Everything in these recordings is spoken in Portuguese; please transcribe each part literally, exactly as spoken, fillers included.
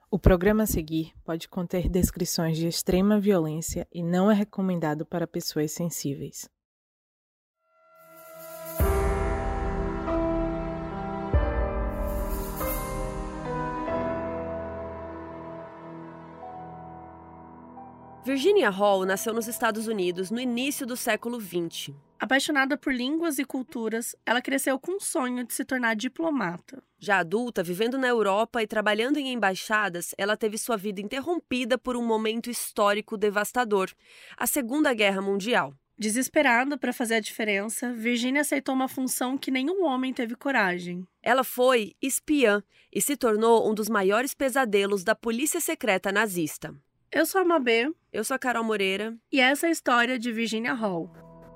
O programa a seguir pode conter descrições de extrema violência e não é recomendado para pessoas sensíveis. Virginia Hall nasceu nos Estados Unidos no início do século vinte. Apaixonada por línguas e culturas, ela cresceu com o sonho de se tornar diplomata. Já adulta, vivendo na Europa e trabalhando em embaixadas, ela teve sua vida interrompida por um momento histórico devastador, a Segunda Guerra Mundial. Desesperada para fazer a diferença, Virginia aceitou uma função que nenhum homem teve coragem. Ela foi espiã e se tornou um dos maiores pesadelos da polícia secreta nazista. Eu sou a Mabê. Eu sou a Carol Moreira. E essa é a história de Virginia Hall.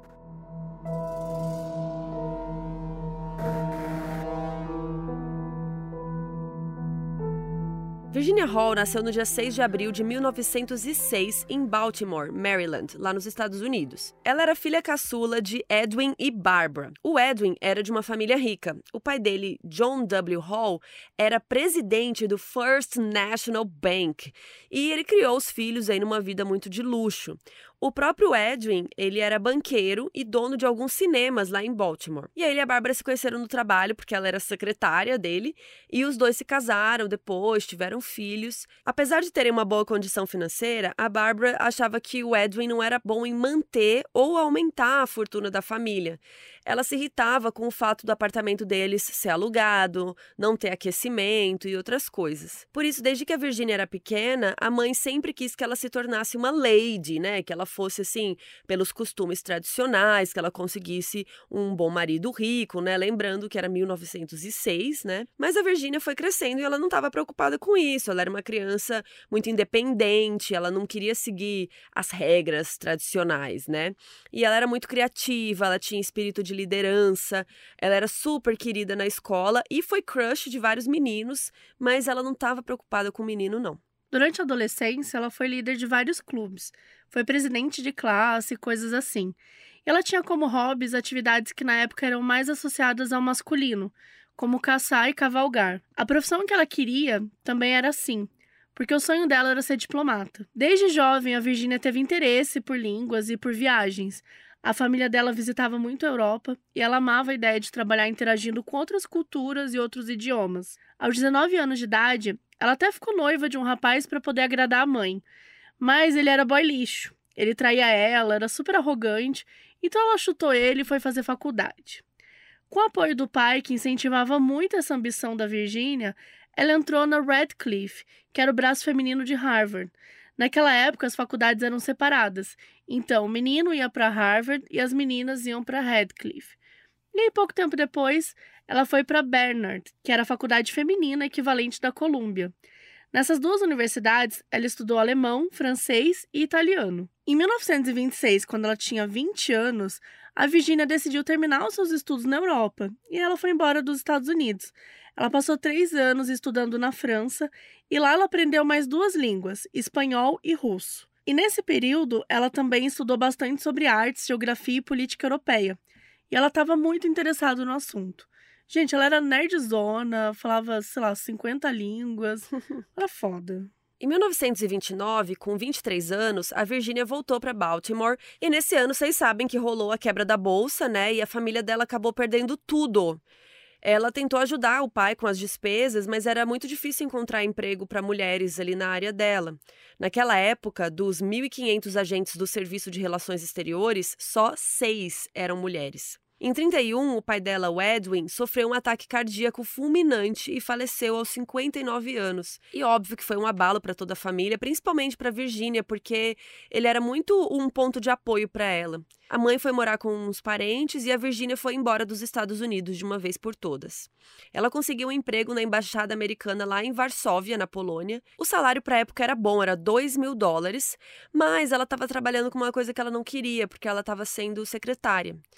Virginia Hall nasceu no dia seis de abril de mil novecentos e seis em Baltimore, Maryland, lá nos Estados Unidos. Ela era filha caçula de Edwin e Barbara. O Edwin era de uma família rica. O pai dele, John W. Hall, era presidente do First National Bank e ele criou os filhos aí numa vida muito de luxo. O próprio Edwin, ele era banqueiro e dono de alguns cinemas lá em Baltimore. E aí ele e a Barbara se conheceram no trabalho, porque ela era secretária dele, e os dois se casaram depois, tiveram filhos. Apesar de terem uma boa condição financeira, a Barbara achava que o Edwin não era bom em manter ou aumentar a fortuna da família. Ela se irritava com o fato do apartamento deles ser alugado, não ter aquecimento e outras coisas. Por isso, desde que a Virginia era pequena, a mãe sempre quis que ela se tornasse uma lady, né? Que ela fosse, assim, pelos costumes tradicionais, que ela conseguisse um bom marido rico, né? Lembrando que era mil novecentos e seis, né? Mas a Virginia foi crescendo e ela não estava preocupada com isso. Ela era uma criança muito independente, ela não queria seguir as regras tradicionais, né? E ela era muito criativa, ela tinha espírito de liderança, ela era super querida na escola e foi crush de vários meninos, mas ela não estava preocupada com o menino, não. Durante a adolescência, ela foi líder de vários clubes, foi presidente de classe, coisas assim. E ela tinha como hobbies atividades que na época eram mais associadas ao masculino, como caçar e cavalgar. A profissão que ela queria também era assim, porque o sonho dela era ser diplomata. Desde jovem, a Virginia teve interesse por línguas e por viagens. A família dela visitava muito a Europa e ela amava a ideia de trabalhar interagindo com outras culturas e outros idiomas. Aos dezenove anos de idade, ela até ficou noiva de um rapaz para poder agradar a mãe, mas ele era boy lixo. Ele traía ela, era super arrogante, então ela chutou ele e foi fazer faculdade. Com o apoio do pai, que incentivava muito essa ambição da Virginia, ela entrou na Radcliffe, que era o braço feminino de Harvard. Naquela época, as faculdades eram separadas, então o menino ia para Harvard e as meninas iam para Radcliffe. E aí, pouco tempo depois, ela foi para Barnard, que era a faculdade feminina equivalente da Columbia. Nessas duas universidades, ela estudou alemão, francês e italiano. Em mil novecentos e vinte e seis, quando ela tinha vinte anos, a Virginia decidiu terminar os seus estudos na Europa e ela foi embora dos Estados Unidos. Ela passou três anos estudando na França e lá ela aprendeu mais duas línguas, espanhol e russo. E nesse período, ela também estudou bastante sobre artes, geografia e política europeia. E ela estava muito interessada no assunto. Gente, ela era nerdzona, falava, sei lá, cinquenta línguas. Era foda. Em mil novecentos e vinte e nove, com vinte e três anos, a Virginia voltou para Baltimore e nesse ano vocês sabem que rolou a quebra da bolsa, né? E a família dela acabou perdendo tudo. Ela tentou ajudar o pai com as despesas, mas era muito difícil encontrar emprego para mulheres ali na área dela. Naquela época, dos mil e quinhentos agentes do Serviço de Relações Exteriores, só seis eram mulheres. Em trinta e um, o pai dela, o Edwin, sofreu um ataque cardíaco fulminante e faleceu aos cinquenta e nove anos. E óbvio que foi um abalo para toda a família, principalmente para Virginia, porque ele era muito um ponto de apoio para ela. A mãe foi morar com uns parentes e a Virginia foi embora dos Estados Unidos de uma vez por todas. Ela conseguiu um emprego na embaixada americana lá em Varsóvia, na Polônia. O salário para a época era bom, era dois mil dólares, mas ela estava trabalhando com uma coisa que ela não queria, porque ela estava sendo secretária.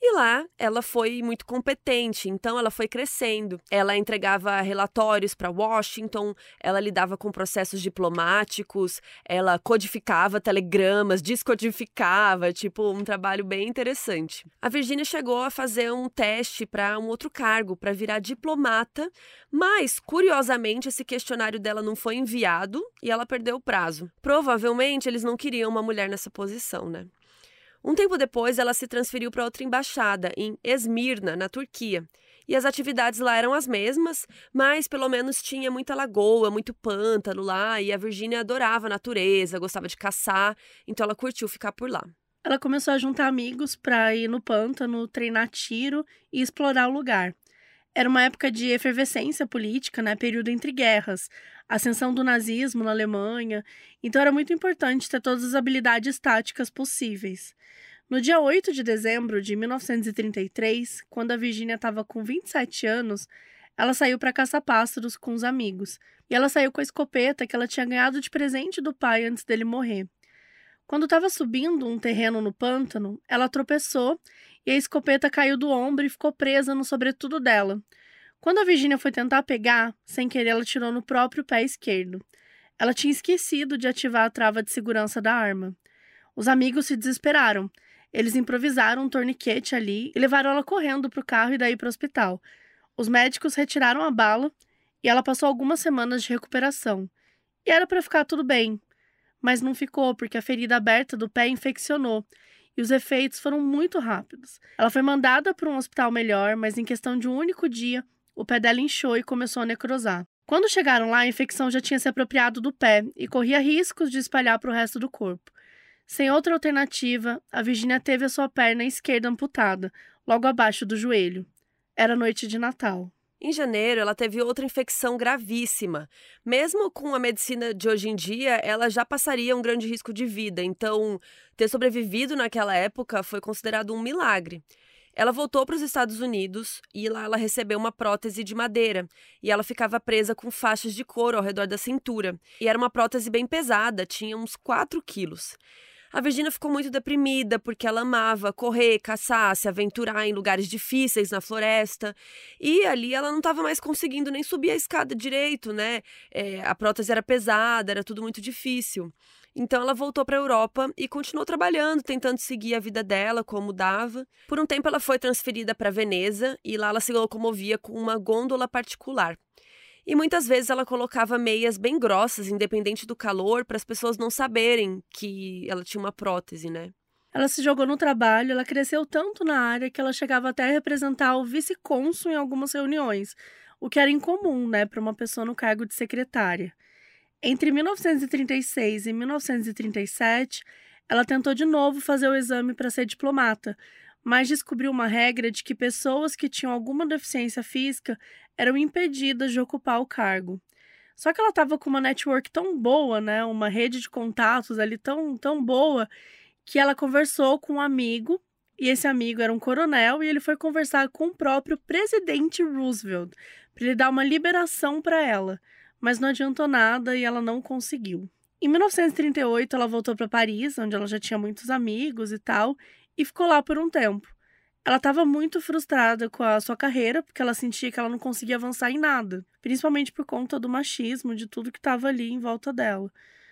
E lá ela foi muito competente, então ela foi crescendo. Ela entregava relatórios para Washington, ela lidava com processos diplomáticos, ela codificava telegramas, descodificava, tipo, um trabalho bem interessante. A Virginia chegou a fazer um teste para um outro cargo, para virar diplomata, mas, curiosamente, esse questionário dela não foi enviado e ela perdeu o prazo. Provavelmente eles não queriam uma mulher nessa posição, né? Um tempo depois, ela se transferiu para outra embaixada, em Esmirna, na Turquia. E as atividades lá eram as mesmas, mas pelo menos tinha muita lagoa, muito pântano lá, e a Virginia adorava a natureza, gostava de caçar, então ela curtiu ficar por lá. Ela começou a juntar amigos para ir no pântano, treinar tiro e explorar o lugar. Era uma época de efervescência política, né? Período entre guerras, ascensão do nazismo na Alemanha, então era muito importante ter todas as habilidades táticas possíveis. No dia oito de dezembro de mil novecentos e trinta e três, quando a Virginia estava com vinte e sete anos, ela saiu para caçar pássaros com os amigos. E ela saiu com a escopeta que ela tinha ganhado de presente do pai antes dele morrer. Quando estava subindo um terreno no pântano, ela tropeçou e a escopeta caiu do ombro e ficou presa no sobretudo dela. Quando a Virginia foi tentar pegar, sem querer ela tirou no próprio pé esquerdo. Ela tinha esquecido de ativar a trava de segurança da arma. Os amigos se desesperaram. Eles improvisaram um torniquete ali e levaram ela correndo para o carro e daí para o hospital. Os médicos retiraram a bala e ela passou algumas semanas de recuperação. E era para ficar tudo bem, mas não ficou porque a ferida aberta do pé infeccionou e os efeitos foram muito rápidos. Ela foi mandada para um hospital melhor, mas em questão de um único dia, o pé dela inchou e começou a necrosar. Quando chegaram lá, a infecção já tinha se apropriado do pé e corria riscos de espalhar para o resto do corpo. Sem outra alternativa, a Virginia teve a sua perna esquerda amputada, logo abaixo do joelho. Era noite de Natal. Em janeiro, ela teve outra infecção gravíssima. Mesmo com a medicina de hoje em dia, ela já passaria um grande risco de vida. Então, ter sobrevivido naquela época foi considerado um milagre. Ela voltou para os Estados Unidos e lá ela recebeu uma prótese de madeira. E ela ficava presa com faixas de couro ao redor da cintura. E era uma prótese bem pesada, tinha uns quatro quilos. A Virginia ficou muito deprimida porque ela amava correr, caçar, se aventurar em lugares difíceis na floresta. E ali ela não estava mais conseguindo nem subir a escada direito, né? É, a prótese era pesada, era tudo muito difícil. Então ela voltou para a Europa e continuou trabalhando, tentando seguir a vida dela como dava. Por um tempo ela foi transferida para Veneza e lá ela se locomovia com uma gôndola particular. E muitas vezes ela colocava meias bem grossas, independente do calor, para as pessoas não saberem que ela tinha uma prótese, né? Ela se jogou no trabalho, ela cresceu tanto na área que ela chegava até a representar o vice-cônsul em algumas reuniões, o que era incomum, né, para uma pessoa no cargo de secretária. Entre mil novecentos e trinta e seis e mil novecentos e trinta e sete, ela tentou de novo fazer o exame para ser diplomata, mas descobriu uma regra de que pessoas que tinham alguma deficiência física eram impedidas de ocupar o cargo. Só que ela estava com uma network tão boa, né, uma rede de contatos ali tão, tão boa, que ela conversou com um amigo, e esse amigo era um coronel, e ele foi conversar com o próprio presidente Roosevelt, para ele dar uma liberação para ela. Mas não adiantou nada e ela não conseguiu. Em mil novecentos e trinta e oito, ela voltou para Paris, onde ela já tinha muitos amigos e tal, e ficou lá por um tempo. Ela estava muito frustrada com a sua carreira, porque ela sentia que ela não conseguia avançar em nada, principalmente por conta do machismo, de tudo que estava ali em volta dela.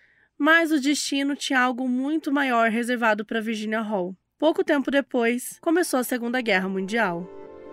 Mas o destino tinha algo muito maior reservado para Virginia Hall. Pouco tempo depois, começou a Segunda Guerra Mundial.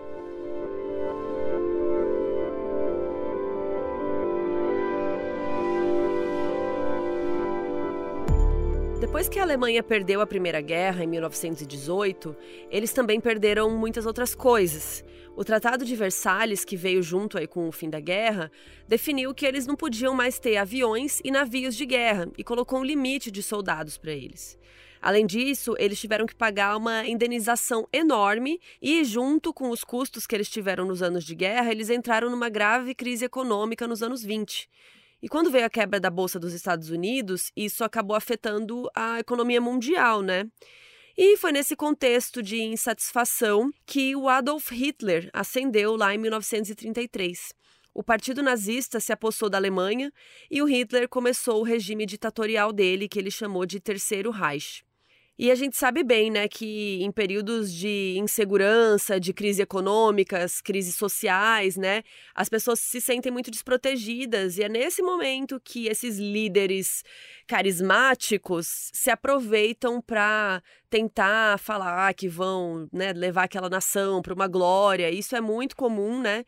Depois que a Alemanha perdeu a Primeira Guerra, em mil novecentos e dezoito, eles também perderam muitas outras coisas. O Tratado de Versalhes, que veio junto aí com o fim da guerra, definiu que eles não podiam mais ter aviões e navios de guerra e colocou um limite de soldados para eles. Além disso, eles tiveram que pagar uma indenização enorme e, junto com os custos que eles tiveram nos anos de guerra, eles entraram numa grave crise econômica nos anos vinte. E quando veio a quebra da Bolsa dos Estados Unidos, isso acabou afetando a economia mundial, né? E foi nesse contexto de insatisfação que o Adolf Hitler ascendeu lá em mil novecentos e trinta e três. O Partido Nazista se apossou da Alemanha e o Hitler começou o regime ditatorial dele, que ele chamou de Terceiro Reich. E a gente sabe bem, né, que em períodos de insegurança, de crise econômicas, crises sociais, né, as pessoas se sentem muito desprotegidas. E é nesse momento que esses líderes carismáticos se aproveitam para tentar falar que vão, né, levar aquela nação para uma glória. Isso é muito comum, né?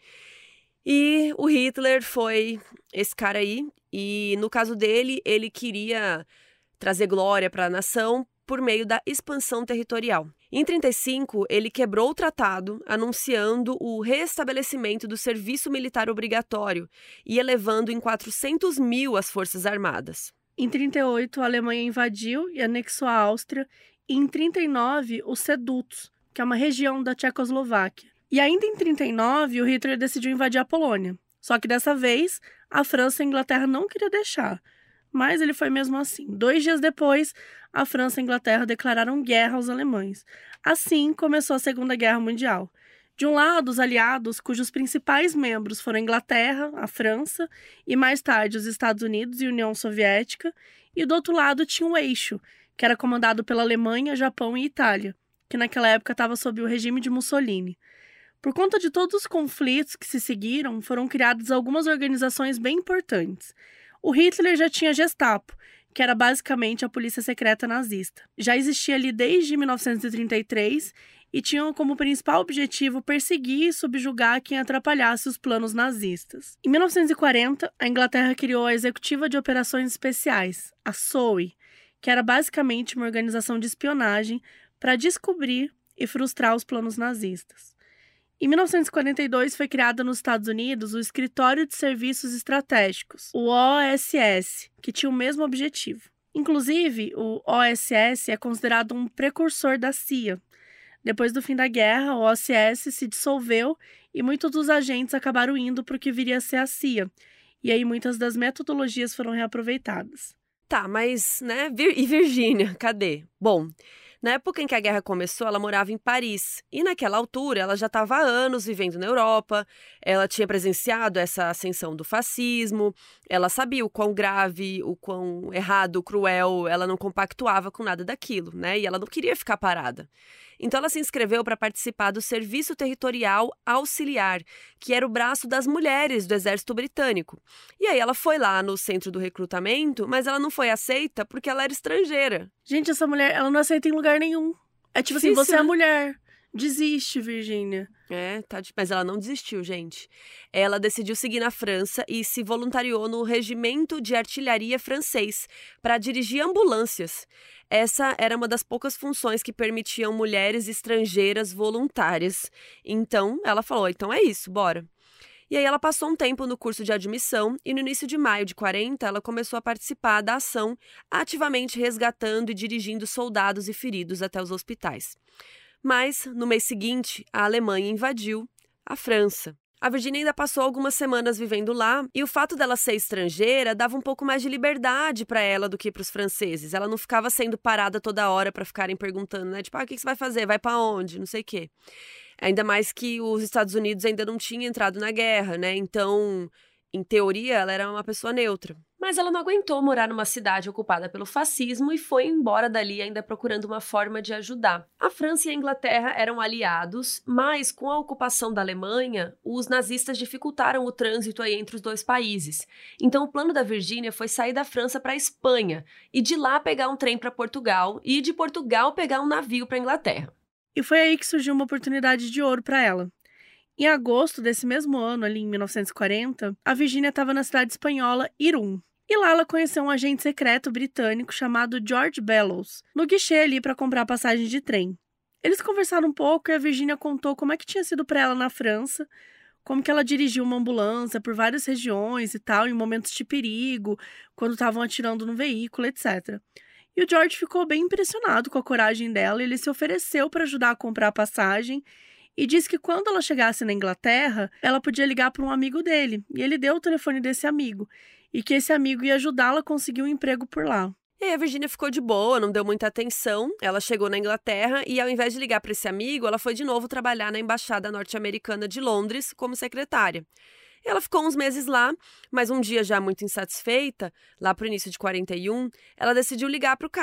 E o Hitler foi esse cara aí. E no caso dele, ele queria trazer glória para a nação por meio da expansão territorial. Em trinta e cinco, ele quebrou o tratado, anunciando o restabelecimento do serviço militar obrigatório e elevando em quatrocentos mil as forças armadas. Em trinta e oito, a Alemanha invadiu e anexou a Áustria, e em trinta e nove, os Sedutos, que é uma região da Tchecoslováquia. E ainda em trinta e nove, o Hitler decidiu invadir a Polônia. Só que dessa vez, a França e a Inglaterra não queriam deixar. Mas ele foi mesmo assim. Dois dias depois, a França e a Inglaterra declararam guerra aos alemães. Assim começou a Segunda Guerra Mundial. De um lado, os aliados, cujos principais membros foram a Inglaterra, a França e mais tarde os Estados Unidos e a União Soviética. E do outro lado tinha o Eixo, que era comandado pela Alemanha, Japão e Itália, que naquela época estava sob o regime de Mussolini. Por conta de todos os conflitos que se seguiram, foram criadas algumas organizações bem importantes. O Hitler já tinha a Gestapo, que era basicamente a polícia secreta nazista. Já existia ali desde mil novecentos e trinta e três e tinham como principal objetivo perseguir e subjugar quem atrapalhasse os planos nazistas. Em mil novecentos e quarenta, a Inglaterra criou a Executiva de Operações Especiais, a S O E, que era basicamente uma organização de espionagem para descobrir e frustrar os planos nazistas. Em mil novecentos e quarenta e dois, foi criado nos Estados Unidos o Escritório de Serviços Estratégicos, o O S S, que tinha o mesmo objetivo. Inclusive, o O S S é considerado um precursor da C I A. Depois do fim da guerra, o O S S se dissolveu e muitos dos agentes acabaram indo para o que viria a ser a C I A. E aí muitas das metodologias foram reaproveitadas. Tá, mas, né, Vir- e Virgínia, cadê? Bom, na época em que a guerra começou, ela morava em Paris. E naquela altura, ela já estava há anos vivendo na Europa, ela tinha presenciado essa ascensão do fascismo, ela sabia o quão grave, o quão errado, cruel, ela não compactuava com nada daquilo, né? E ela não queria ficar parada. Então ela se inscreveu para participar do Serviço Territorial Auxiliar, que era o braço das mulheres do Exército Britânico. E aí ela foi lá no centro do recrutamento, mas ela não foi aceita porque ela era estrangeira. Gente, essa mulher, ela não aceita em lugar nenhum. É tipo assim, Difícil, você é né? mulher. Desiste, Virgínia. É, tá de... mas ela não desistiu, gente. Ela decidiu seguir na França e se voluntariou no Regimento de Artilharia francês para dirigir ambulâncias. Essa era uma das poucas funções que permitiam mulheres estrangeiras voluntárias. Então, ela falou, então é isso, bora. E aí ela passou um tempo no curso de admissão e no início de maio de quarenta ela começou a participar da ação, ativamente resgatando e dirigindo soldados e feridos até os hospitais. Mas, no mês seguinte, a Alemanha invadiu a França. A Virginia ainda passou algumas semanas vivendo lá e o fato dela ser estrangeira dava um pouco mais de liberdade para ela do que para os franceses. Ela não ficava sendo parada toda hora para ficarem perguntando, né? Tipo, ah, o que você vai fazer? Vai para onde? Não sei o quê. Ainda mais que os Estados Unidos ainda não tinham entrado na guerra, né? Então, em teoria, ela era uma pessoa neutra. Mas ela não aguentou morar numa cidade ocupada pelo fascismo e foi embora dali ainda procurando uma forma de ajudar. A França e a Inglaterra eram aliados, mas com a ocupação da Alemanha, os nazistas dificultaram o trânsito aí entre os dois países. Então o plano da Virgínia foi sair da França para a Espanha e de lá pegar um trem para Portugal e de Portugal pegar um navio para a Inglaterra. E foi aí que surgiu uma oportunidade de ouro para ela. Em agosto desse mesmo ano, ali em mil novecentos e quarenta, a Virgínia estava na cidade espanhola Irún. E lá ela conheceu um agente secreto britânico chamado George Bellows, no guichê ali para comprar passagem de trem. Eles conversaram um pouco e a Virgínia contou como é que tinha sido para ela na França, como que ela dirigiu uma ambulância por várias regiões e tal, em momentos de perigo, quando estavam atirando no veículo, etcétera. E o George ficou bem impressionado com a coragem dela e ele se ofereceu para ajudar a comprar a passagem e disse que quando ela chegasse na Inglaterra, ela podia ligar para um amigo dele. E ele deu o telefone desse amigo e que esse amigo ia ajudá-la a conseguir um emprego por lá. E aí a Virgínia ficou de boa, não deu muita atenção. Ela chegou na Inglaterra e, ao invés de ligar para esse amigo, ela foi de novo trabalhar na Embaixada Norte-Americana de Londres como secretária. Ela ficou uns meses lá, mas um dia já muito insatisfeita, lá pro início de quarenta e um, ela decidiu ligar pro cara.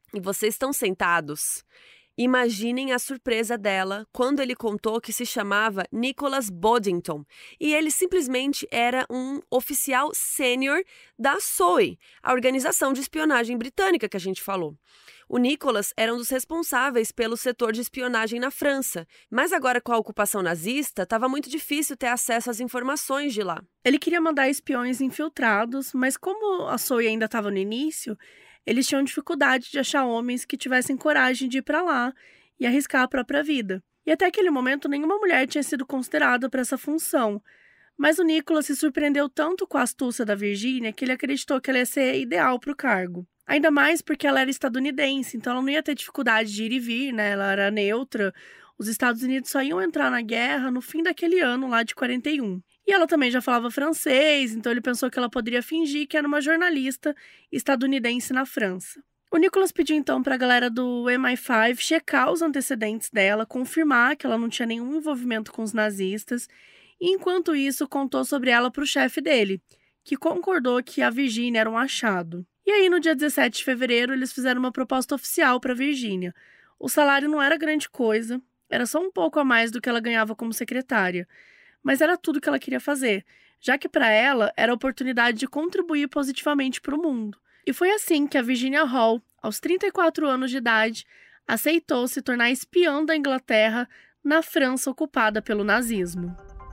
E vocês estão sentados? Imaginem a surpresa dela quando ele contou que se chamava Nicholas Boddington e ele simplesmente era um oficial sênior da S O E, a organização de espionagem britânica que a gente falou. O Nicholas era um dos responsáveis pelo setor de espionagem na França, mas agora com a ocupação nazista, estava muito difícil ter acesso às informações de lá. Ele queria mandar espiões infiltrados, mas como a S O E ainda estava no início, eles tinham dificuldade de achar homens que tivessem coragem de ir para lá e arriscar a própria vida. E até aquele momento, nenhuma mulher tinha sido considerada para essa função. Mas o Nicholas se surpreendeu tanto com a astúcia da Virginia que ele acreditou que ela ia ser ideal para o cargo. Ainda mais porque ela era estadunidense, então ela não ia ter dificuldade de ir e vir, né? Ela era neutra. Os Estados Unidos só iam entrar na guerra no fim daquele ano lá de quarenta e um. E ela também já falava francês, então ele pensou que ela poderia fingir que era uma jornalista estadunidense na França. O Nicholas pediu então para a galera do M I cinco checar os antecedentes dela, confirmar que ela não tinha nenhum envolvimento com os nazistas, e enquanto isso contou sobre ela para o chefe dele, que concordou que a Virginia era um achado. E aí no dia dezessete de fevereiro eles fizeram uma proposta oficial para a Virginia. O salário não era grande coisa, era só um pouco a mais do que ela ganhava como secretária. Mas era tudo que ela queria fazer, já que para ela era a oportunidade de contribuir positivamente para o mundo. E foi assim que a Virginia Hall, aos trinta e quatro anos de idade, aceitou se tornar espiã da Inglaterra na França ocupada pelo nazismo.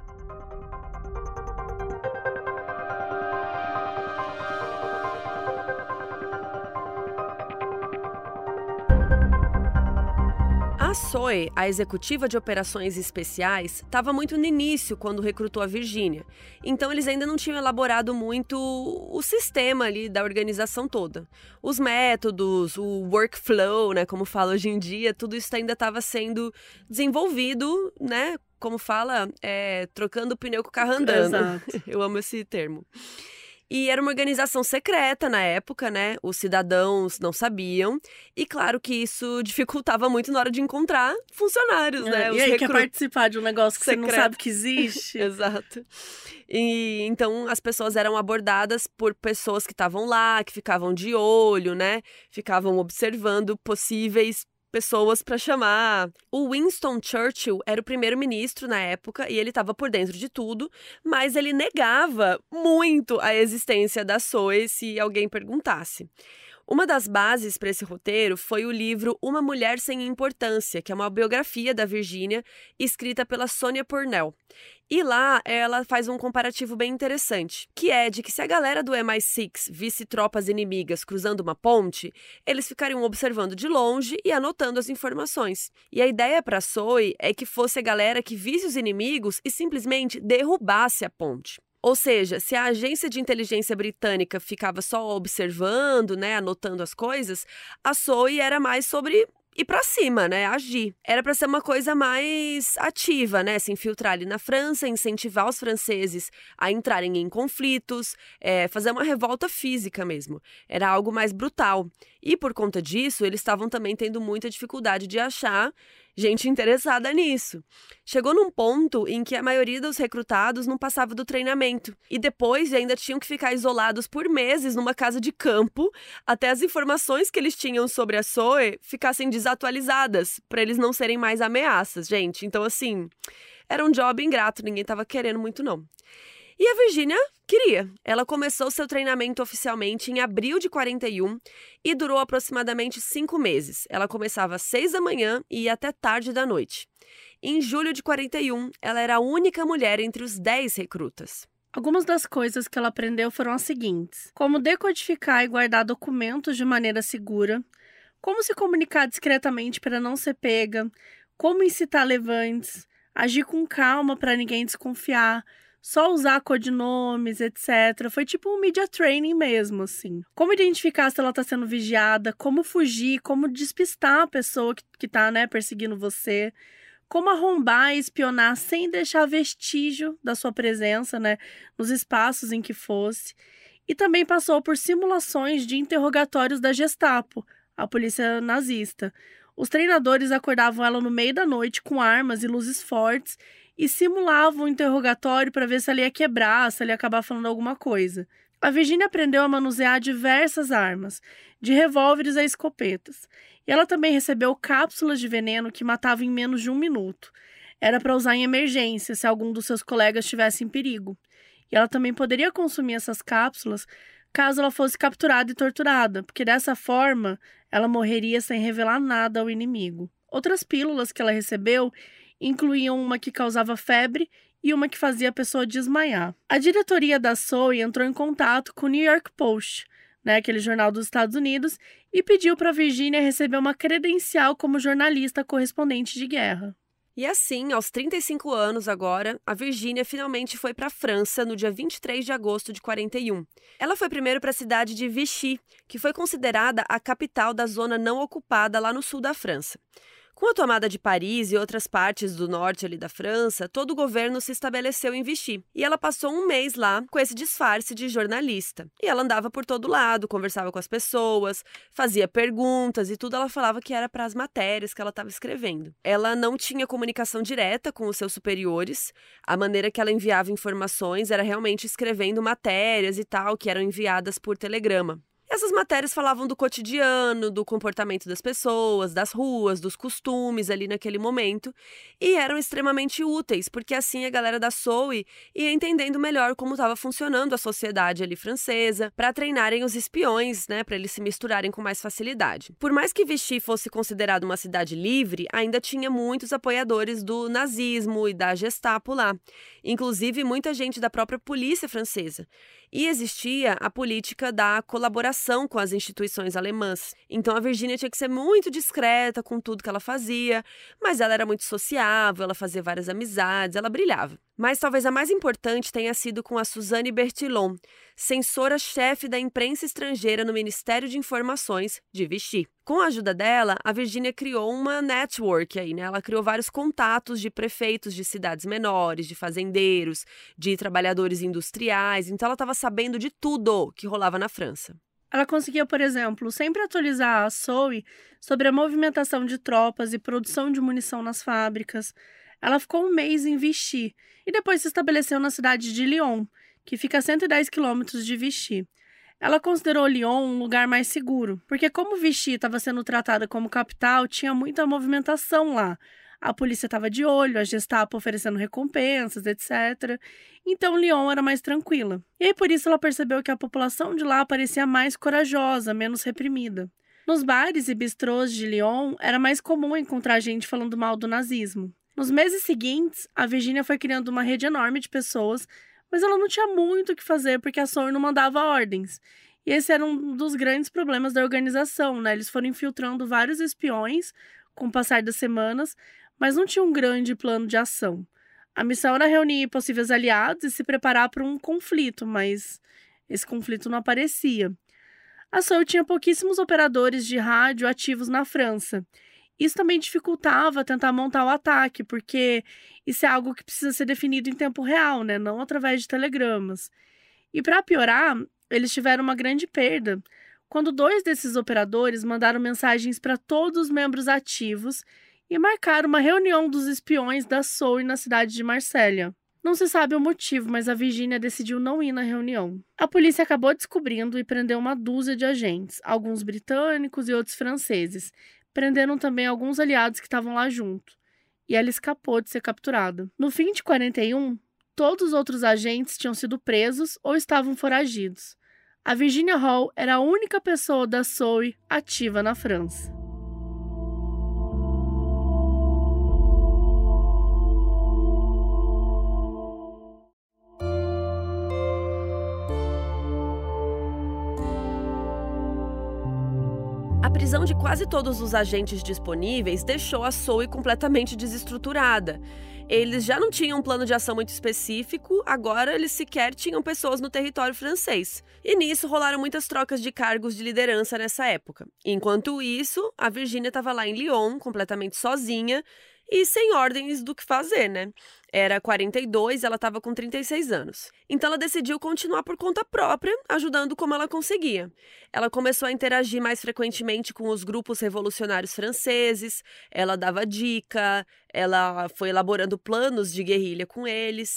A S O E, a Executiva de Operações Especiais, estava muito no início quando recrutou a Virginia. Então eles ainda não tinham elaborado muito o sistema ali da organização toda. Os métodos, o workflow, né, como fala hoje em dia, tudo isso ainda estava sendo desenvolvido, né, como fala, é, trocando o pneu com o carro andando. Exato. Eu amo esse termo. E era uma organização secreta na época, né? Os cidadãos não sabiam. E claro que isso dificultava muito na hora de encontrar funcionários, É, né? e Os aí recru... quer participar de um negócio que secreto. você não sabe que existe? Exato. E então as pessoas eram abordadas por pessoas que estavam lá, que ficavam de olho, né? Ficavam observando possíveis pessoas para chamar. O Winston Churchill era o primeiro-ministro na época e ele estava por dentro de tudo, mas ele negava muito a existência da S O E se alguém perguntasse. Uma das bases para esse roteiro foi o livro Uma Mulher Sem Importância, que é uma biografia da Virginia, escrita pela Sonia Purnell. E lá ela faz um comparativo bem interessante, que é de que se a galera do M I seis visse tropas inimigas cruzando uma ponte, eles ficariam observando de longe e anotando as informações. E a ideia para a S O E é que fosse a galera que visse os inimigos e simplesmente derrubasse a ponte. Ou seja, se a agência de inteligência britânica ficava só observando, né, anotando as coisas, a S O E era mais sobre ir pra cima, né, agir. Era para ser uma coisa mais ativa, né, se infiltrar ali na França, incentivar os franceses a entrarem em conflitos, é, fazer uma revolta física mesmo. Era algo mais brutal. E por conta disso, eles estavam também tendo muita dificuldade de achar gente interessada nisso. Chegou num ponto em que a maioria dos recrutados não passava do treinamento e depois ainda tinham que ficar isolados por meses numa casa de campo até as informações que eles tinham sobre a S O E ficassem desatualizadas, para eles não serem mais ameaças, gente. Então, assim, era um job ingrato, ninguém estava querendo muito, não. E a Virginia queria. Ela começou seu treinamento oficialmente em abril de quarenta e um e durou aproximadamente cinco meses. Ela começava às seis da manhã e ia até tarde da noite. Em julho de quarenta e um, ela era a única mulher entre os dez recrutas. Algumas das coisas que ela aprendeu foram as seguintes: como decodificar e guardar documentos de maneira segura, como se comunicar discretamente para não ser pega, como incitar levantes, agir com calma para ninguém desconfiar, só usar codinomes, etcétera. Foi tipo um media training mesmo, assim. Como identificar se ela tá sendo vigiada, como fugir, como despistar a pessoa que, que tá, né, perseguindo você, como arrombar e espionar sem deixar vestígio da sua presença, né, nos espaços em que fosse. E também passou por simulações de interrogatórios da Gestapo, a polícia nazista. Os treinadores acordavam ela no meio da noite com armas e luzes fortes e simulavam o interrogatório para ver se ela ia quebrar, se ela ia acabar falando alguma coisa. A Virginia aprendeu a manusear diversas armas, de revólveres a escopetas. E ela também recebeu cápsulas de veneno que matavam em menos de um minuto. Era para usar em emergência, se algum dos seus colegas estivesse em perigo. E ela também poderia consumir essas cápsulas caso ela fosse capturada e torturada, porque dessa forma ela morreria sem revelar nada ao inimigo. Outras pílulas que ela recebeu incluíam uma que causava febre e uma que fazia a pessoa desmaiar. A diretoria da S O I entrou em contato com o New York Post, né, aquele jornal dos Estados Unidos, e pediu para a Virginia receber uma credencial como jornalista correspondente de guerra. E assim, aos trinta e cinco anos agora, a Virginia finalmente foi para a França no dia vinte e três de agosto de quarenta e um. Ela foi primeiro para a cidade de Vichy, que foi considerada a capital da zona não ocupada lá no sul da França. Com a tomada de Paris e outras partes do norte ali da França, todo o governo se estabeleceu em Vichy. E ela passou um mês lá com esse disfarce de jornalista. E ela andava por todo lado, conversava com as pessoas, fazia perguntas e tudo ela falava que era para as matérias que ela estava escrevendo. Ela não tinha comunicação direta com os seus superiores. A maneira que ela enviava informações era realmente escrevendo matérias e tal, que eram enviadas por telegrama. Essas matérias falavam do cotidiano, do comportamento das pessoas, das ruas, dos costumes ali naquele momento e eram extremamente úteis, porque assim a galera da S O I ia entendendo melhor como estava funcionando a sociedade ali francesa, para treinarem os espiões, né, para eles se misturarem com mais facilidade. Por mais que Vichy fosse considerada uma cidade livre, ainda tinha muitos apoiadores do nazismo e da Gestapo lá, inclusive muita gente da própria polícia francesa. E existia a política da colaboração com as instituições alemãs. Então a Virginia tinha que ser muito discreta com tudo que ela fazia, mas ela era muito sociável, ela fazia várias amizades, ela brilhava. Mas talvez a mais importante tenha sido com a Suzanne Bertillon, censora-chefe da imprensa estrangeira no Ministério de Informações de Vichy. Com a ajuda dela, a Virginia criou uma network aí, né? Ela criou vários contatos de prefeitos de cidades menores, de fazendeiros, de trabalhadores industriais, então ela estava sabendo de tudo que rolava na França. Ela conseguia, por exemplo, sempre atualizar a S O I sobre a movimentação de tropas e produção de munição nas fábricas. Ela ficou um mês em Vichy e depois se estabeleceu na cidade de Lyon, que fica a cento e dez quilômetros de Vichy. Ela considerou Lyon um lugar mais seguro, porque como Vichy estava sendo tratada como capital, tinha muita movimentação lá. A polícia estava de olho, a Gestapo oferecendo recompensas, etcétera. Então Lyon era mais tranquila. E aí por isso ela percebeu que a população de lá parecia mais corajosa, menos reprimida. Nos bares e bistrôs de Lyon, era mais comum encontrar gente falando mal do nazismo. Nos meses seguintes, a Virginia foi criando uma rede enorme de pessoas, mas ela não tinha muito o que fazer porque a S O I não mandava ordens. E esse era um dos grandes problemas da organização, né? Eles foram infiltrando vários espiões com o passar das semanas, mas não tinha um grande plano de ação. A missão era reunir possíveis aliados e se preparar para um conflito, mas esse conflito não aparecia. A S O I tinha pouquíssimos operadores de rádio ativos na França. Isso também dificultava tentar montar o ataque, porque isso é algo que precisa ser definido em tempo real, né? Não através de telegramas. E para piorar, eles tiveram uma grande perda quando dois desses operadores mandaram mensagens para todos os membros ativos e marcaram uma reunião dos espiões da S O I na cidade de Marsella. Não se sabe o motivo, mas a Virginia decidiu não ir na reunião. A polícia acabou descobrindo e prendeu uma dúzia de agentes, alguns britânicos e outros franceses. Prenderam também alguns aliados que estavam lá junto. E ela escapou de ser capturada. No fim de quarenta e um, todos os outros agentes tinham sido presos ou estavam foragidos. A Virginia Hall era a única pessoa da S O I ativa na França. A prisão de quase todos os agentes disponíveis deixou a S O I completamente desestruturada. Eles já não tinham um plano de ação muito específico, agora eles sequer tinham pessoas no território francês. E nisso rolaram muitas trocas de cargos de liderança nessa época. Enquanto isso, a Virginia estava lá em Lyon, completamente sozinha e sem ordens do que fazer, né? Era quarenta e dois, ela estava com trinta e seis anos. Então ela decidiu continuar por conta própria, ajudando como ela conseguia. Ela começou a interagir mais frequentemente com os grupos revolucionários franceses, ela dava dica, ela foi elaborando planos de guerrilha com eles.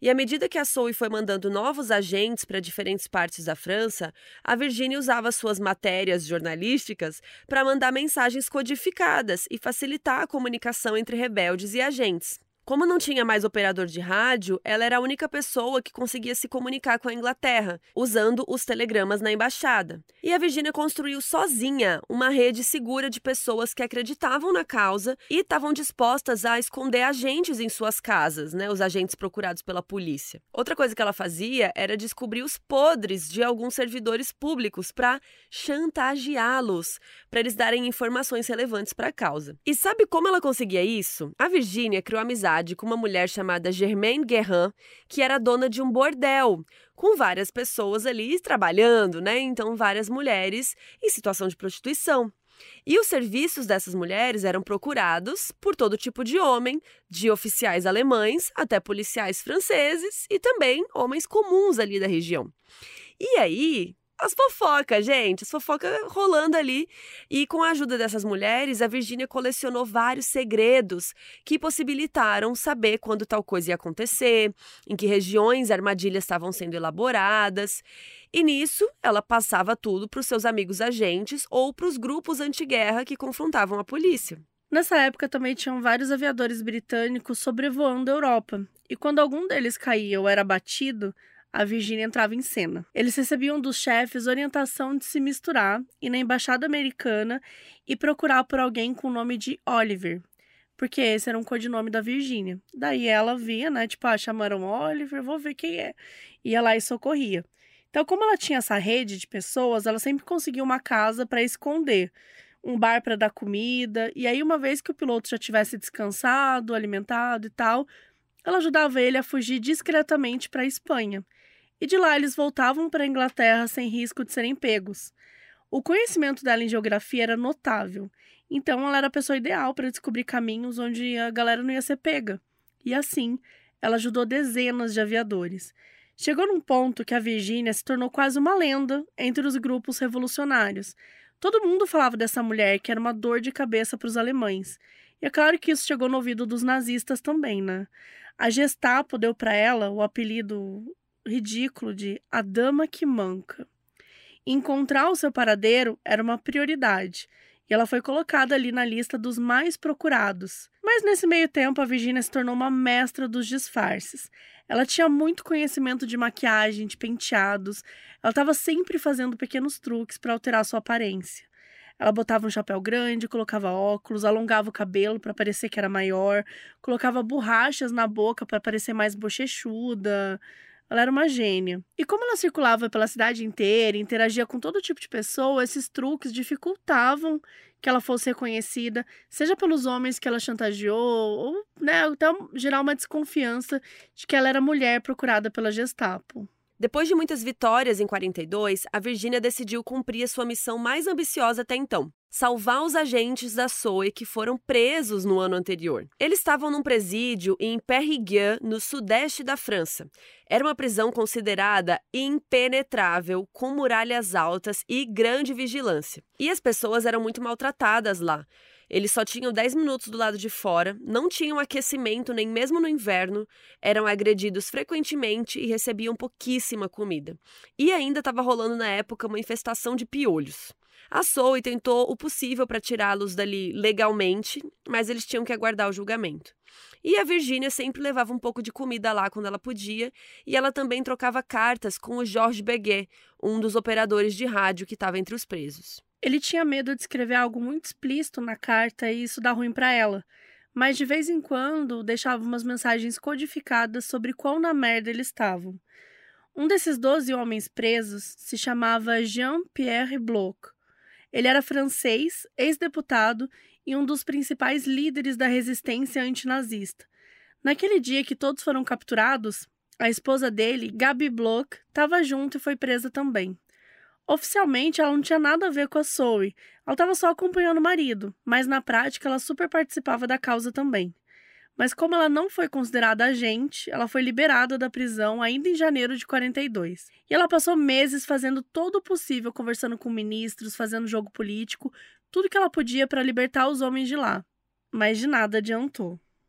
E à medida que a Zoe foi mandando novos agentes para diferentes partes da França, a Virginia usava suas matérias jornalísticas para mandar mensagens codificadas e facilitar a comunicação entre rebeldes e agentes. Como não tinha mais operador de rádio, ela era a única pessoa que conseguia se comunicar com a Inglaterra, usando os telegramas na embaixada. E a Virginia construiu sozinha uma rede segura de pessoas que acreditavam na causa e estavam dispostas a esconder agentes em suas casas, né, os agentes procurados pela polícia. Outra coisa que ela fazia era descobrir os podres de alguns servidores públicos para chantageá-los, para eles darem informações relevantes para a causa. E sabe como ela conseguia isso? A Virginia criou amizade com uma mulher chamada Germaine Guerin, que era dona de um bordel, com várias pessoas ali trabalhando, né? Então, várias mulheres em situação de prostituição. E os serviços dessas mulheres eram procurados por todo tipo de homem, de oficiais alemães até policiais franceses e também homens comuns ali da região. E aí, as fofocas, gente, as fofocas rolando ali. E com a ajuda dessas mulheres, a Virginia colecionou vários segredos que possibilitaram saber quando tal coisa ia acontecer, em que regiões armadilhas estavam sendo elaboradas. E nisso, ela passava tudo para os seus amigos agentes ou para os grupos anti-guerra que confrontavam a polícia. Nessa época também tinham vários aviadores britânicos sobrevoando a Europa. E quando algum deles caía ou era abatido, a Virginia entrava em cena. Eles recebiam dos chefes orientação de se misturar, ir na embaixada americana e procurar por alguém com o nome de Oliver, porque esse era um codinome da Virginia. Daí ela via, né, tipo, ah, chamaram Oliver, vou ver quem é. Ia lá e socorria. Então, como ela tinha essa rede de pessoas, ela sempre conseguia uma casa para esconder, um bar para dar comida, e aí uma vez que o piloto já tivesse descansado, alimentado e tal, ela ajudava ele a fugir discretamente para a Espanha. E de lá eles voltavam para a Inglaterra sem risco de serem pegos. O conhecimento dela em geografia era notável, então ela era a pessoa ideal para descobrir caminhos onde a galera não ia ser pega. E assim, ela ajudou dezenas de aviadores. Chegou num ponto que a Virginia se tornou quase uma lenda entre os grupos revolucionários. Todo mundo falava dessa mulher que era uma dor de cabeça para os alemães. E é claro que isso chegou no ouvido dos nazistas também, né? A Gestapo deu para ela o apelido ridículo de a dama que manca. Encontrar o seu paradeiro era uma prioridade, e ela foi colocada ali na lista dos mais procurados. Mas nesse meio tempo, a Virginia se tornou uma mestra dos disfarces. Ela tinha muito conhecimento de maquiagem, de penteados, ela estava sempre fazendo pequenos truques para alterar sua aparência. Ela botava um chapéu grande, colocava óculos, alongava o cabelo para parecer que era maior, colocava borrachas na boca para parecer mais bochechuda. Ela era uma gênia. E como ela circulava pela cidade inteira, interagia com todo tipo de pessoa, esses truques dificultavam que ela fosse reconhecida, seja pelos homens que ela chantageou, ou, né, até gerar uma desconfiança de que ela era mulher procurada pela Gestapo. Depois de muitas vitórias em quarenta e dois, a Virginia decidiu cumprir a sua missão mais ambiciosa até então: salvar os agentes da Zoe que foram presos no ano anterior. Eles estavam num presídio em Périgueux, no sudeste da França. Era uma prisão considerada impenetrável, com muralhas altas e grande vigilância. E as pessoas eram muito maltratadas lá. Eles só tinham dez minutos do lado de fora, não tinham aquecimento nem mesmo no inverno, eram agredidos frequentemente e recebiam pouquíssima comida. E ainda estava rolando na época uma infestação de piolhos. A Zoe tentou o possível para tirá-los dali legalmente, mas eles tinham que aguardar o julgamento. E a Virginia sempre levava um pouco de comida lá quando ela podia, e ela também trocava cartas com o Georges Beguet, um dos operadores de rádio que estava entre os presos. Ele tinha medo de escrever algo muito explícito na carta e isso dar ruim para ela, mas de vez em quando deixava umas mensagens codificadas sobre quão na merda eles estavam. Um desses doze homens presos se chamava Jean-Pierre Bloch. Ele era francês, ex-deputado e um dos principais líderes da resistência antinazista. Naquele dia que todos foram capturados, a esposa dele, Gabi Bloch, estava junto e foi presa também. Oficialmente, ela não tinha nada a ver com a Zoe, ela estava só acompanhando o marido, mas na prática ela super participava da causa também. Mas como ela não foi considerada agente, ela foi liberada da prisão ainda em janeiro de quarenta e dois. E ela passou meses fazendo todo o possível, conversando com ministros, fazendo jogo político, tudo que ela podia para libertar os homens de lá. Mas de nada adiantou.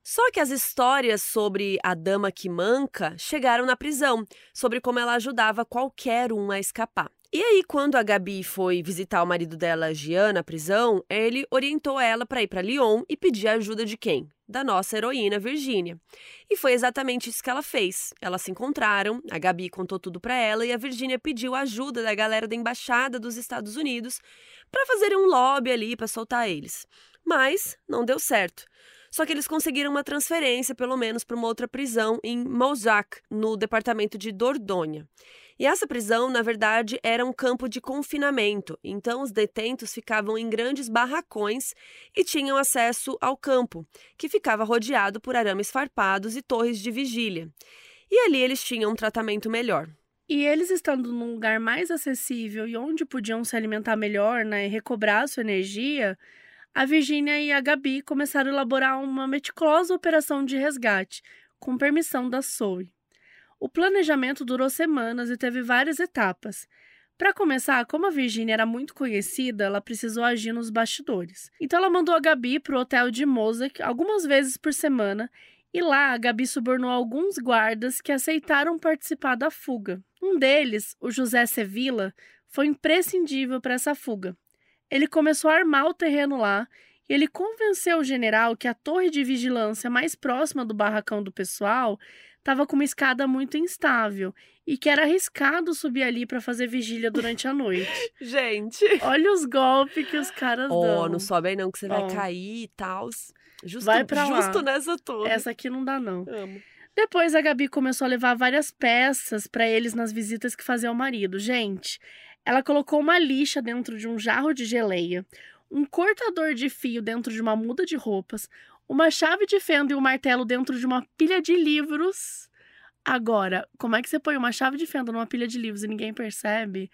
Só que as histórias sobre a dama que manca chegaram na prisão, sobre como ela ajudava qualquer um a escapar. E aí, quando a Gabi foi visitar o marido dela, Jean, na prisão, ele orientou ela para ir para Lyon e pedir a ajuda de quem? Da nossa heroína, Virgínia. E foi exatamente isso que ela fez. Elas se encontraram, a Gabi contou tudo para ela e a Virgínia pediu a ajuda da galera da Embaixada dos Estados Unidos para fazerem um lobby ali para soltar eles. Mas não deu certo. Só que eles conseguiram uma transferência, pelo menos, para uma outra prisão em Mozac, no departamento de Dordogne. E essa prisão, na verdade, era um campo de confinamento, então os detentos ficavam em grandes barracões e tinham acesso ao campo, que ficava rodeado por arames farpados e torres de vigília. E ali eles tinham um tratamento melhor. E eles estando num lugar mais acessível e onde podiam se alimentar melhor, né, e recobrar sua energia, a Virgínia e a Gabi começaram a elaborar uma meticulosa operação de resgate, com permissão da Zoe. O planejamento durou semanas e teve várias etapas. Para começar, como a Virgínia era muito conhecida, ela precisou agir nos bastidores. Então ela mandou a Gabi para o hotel de Mozac algumas vezes por semana e lá a Gabi subornou alguns guardas que aceitaram participar da fuga. Um deles, o José Sevilla, foi imprescindível para essa fuga. Ele começou a armar o terreno lá e ele convenceu o general que a torre de vigilância mais próxima do barracão do pessoal estava com uma escada muito instável e que era arriscado subir ali para fazer vigília durante a noite. Gente! Olha os golpes que os caras oh, dão. Ó, não sobe aí não que você vai oh. cair e tal. Justo, vai pra justo lá. nessa torre. Essa aqui não dá não. Amo. Depois a Gabi começou a levar várias peças para eles nas visitas que fazia ao marido. Gente, ela colocou uma lixa dentro de um jarro de geleia, um cortador de fio dentro de uma muda de roupas, uma chave de fenda e um martelo dentro de uma pilha de livros. Agora, como é que você põe uma chave de fenda numa pilha de livros e ninguém percebe?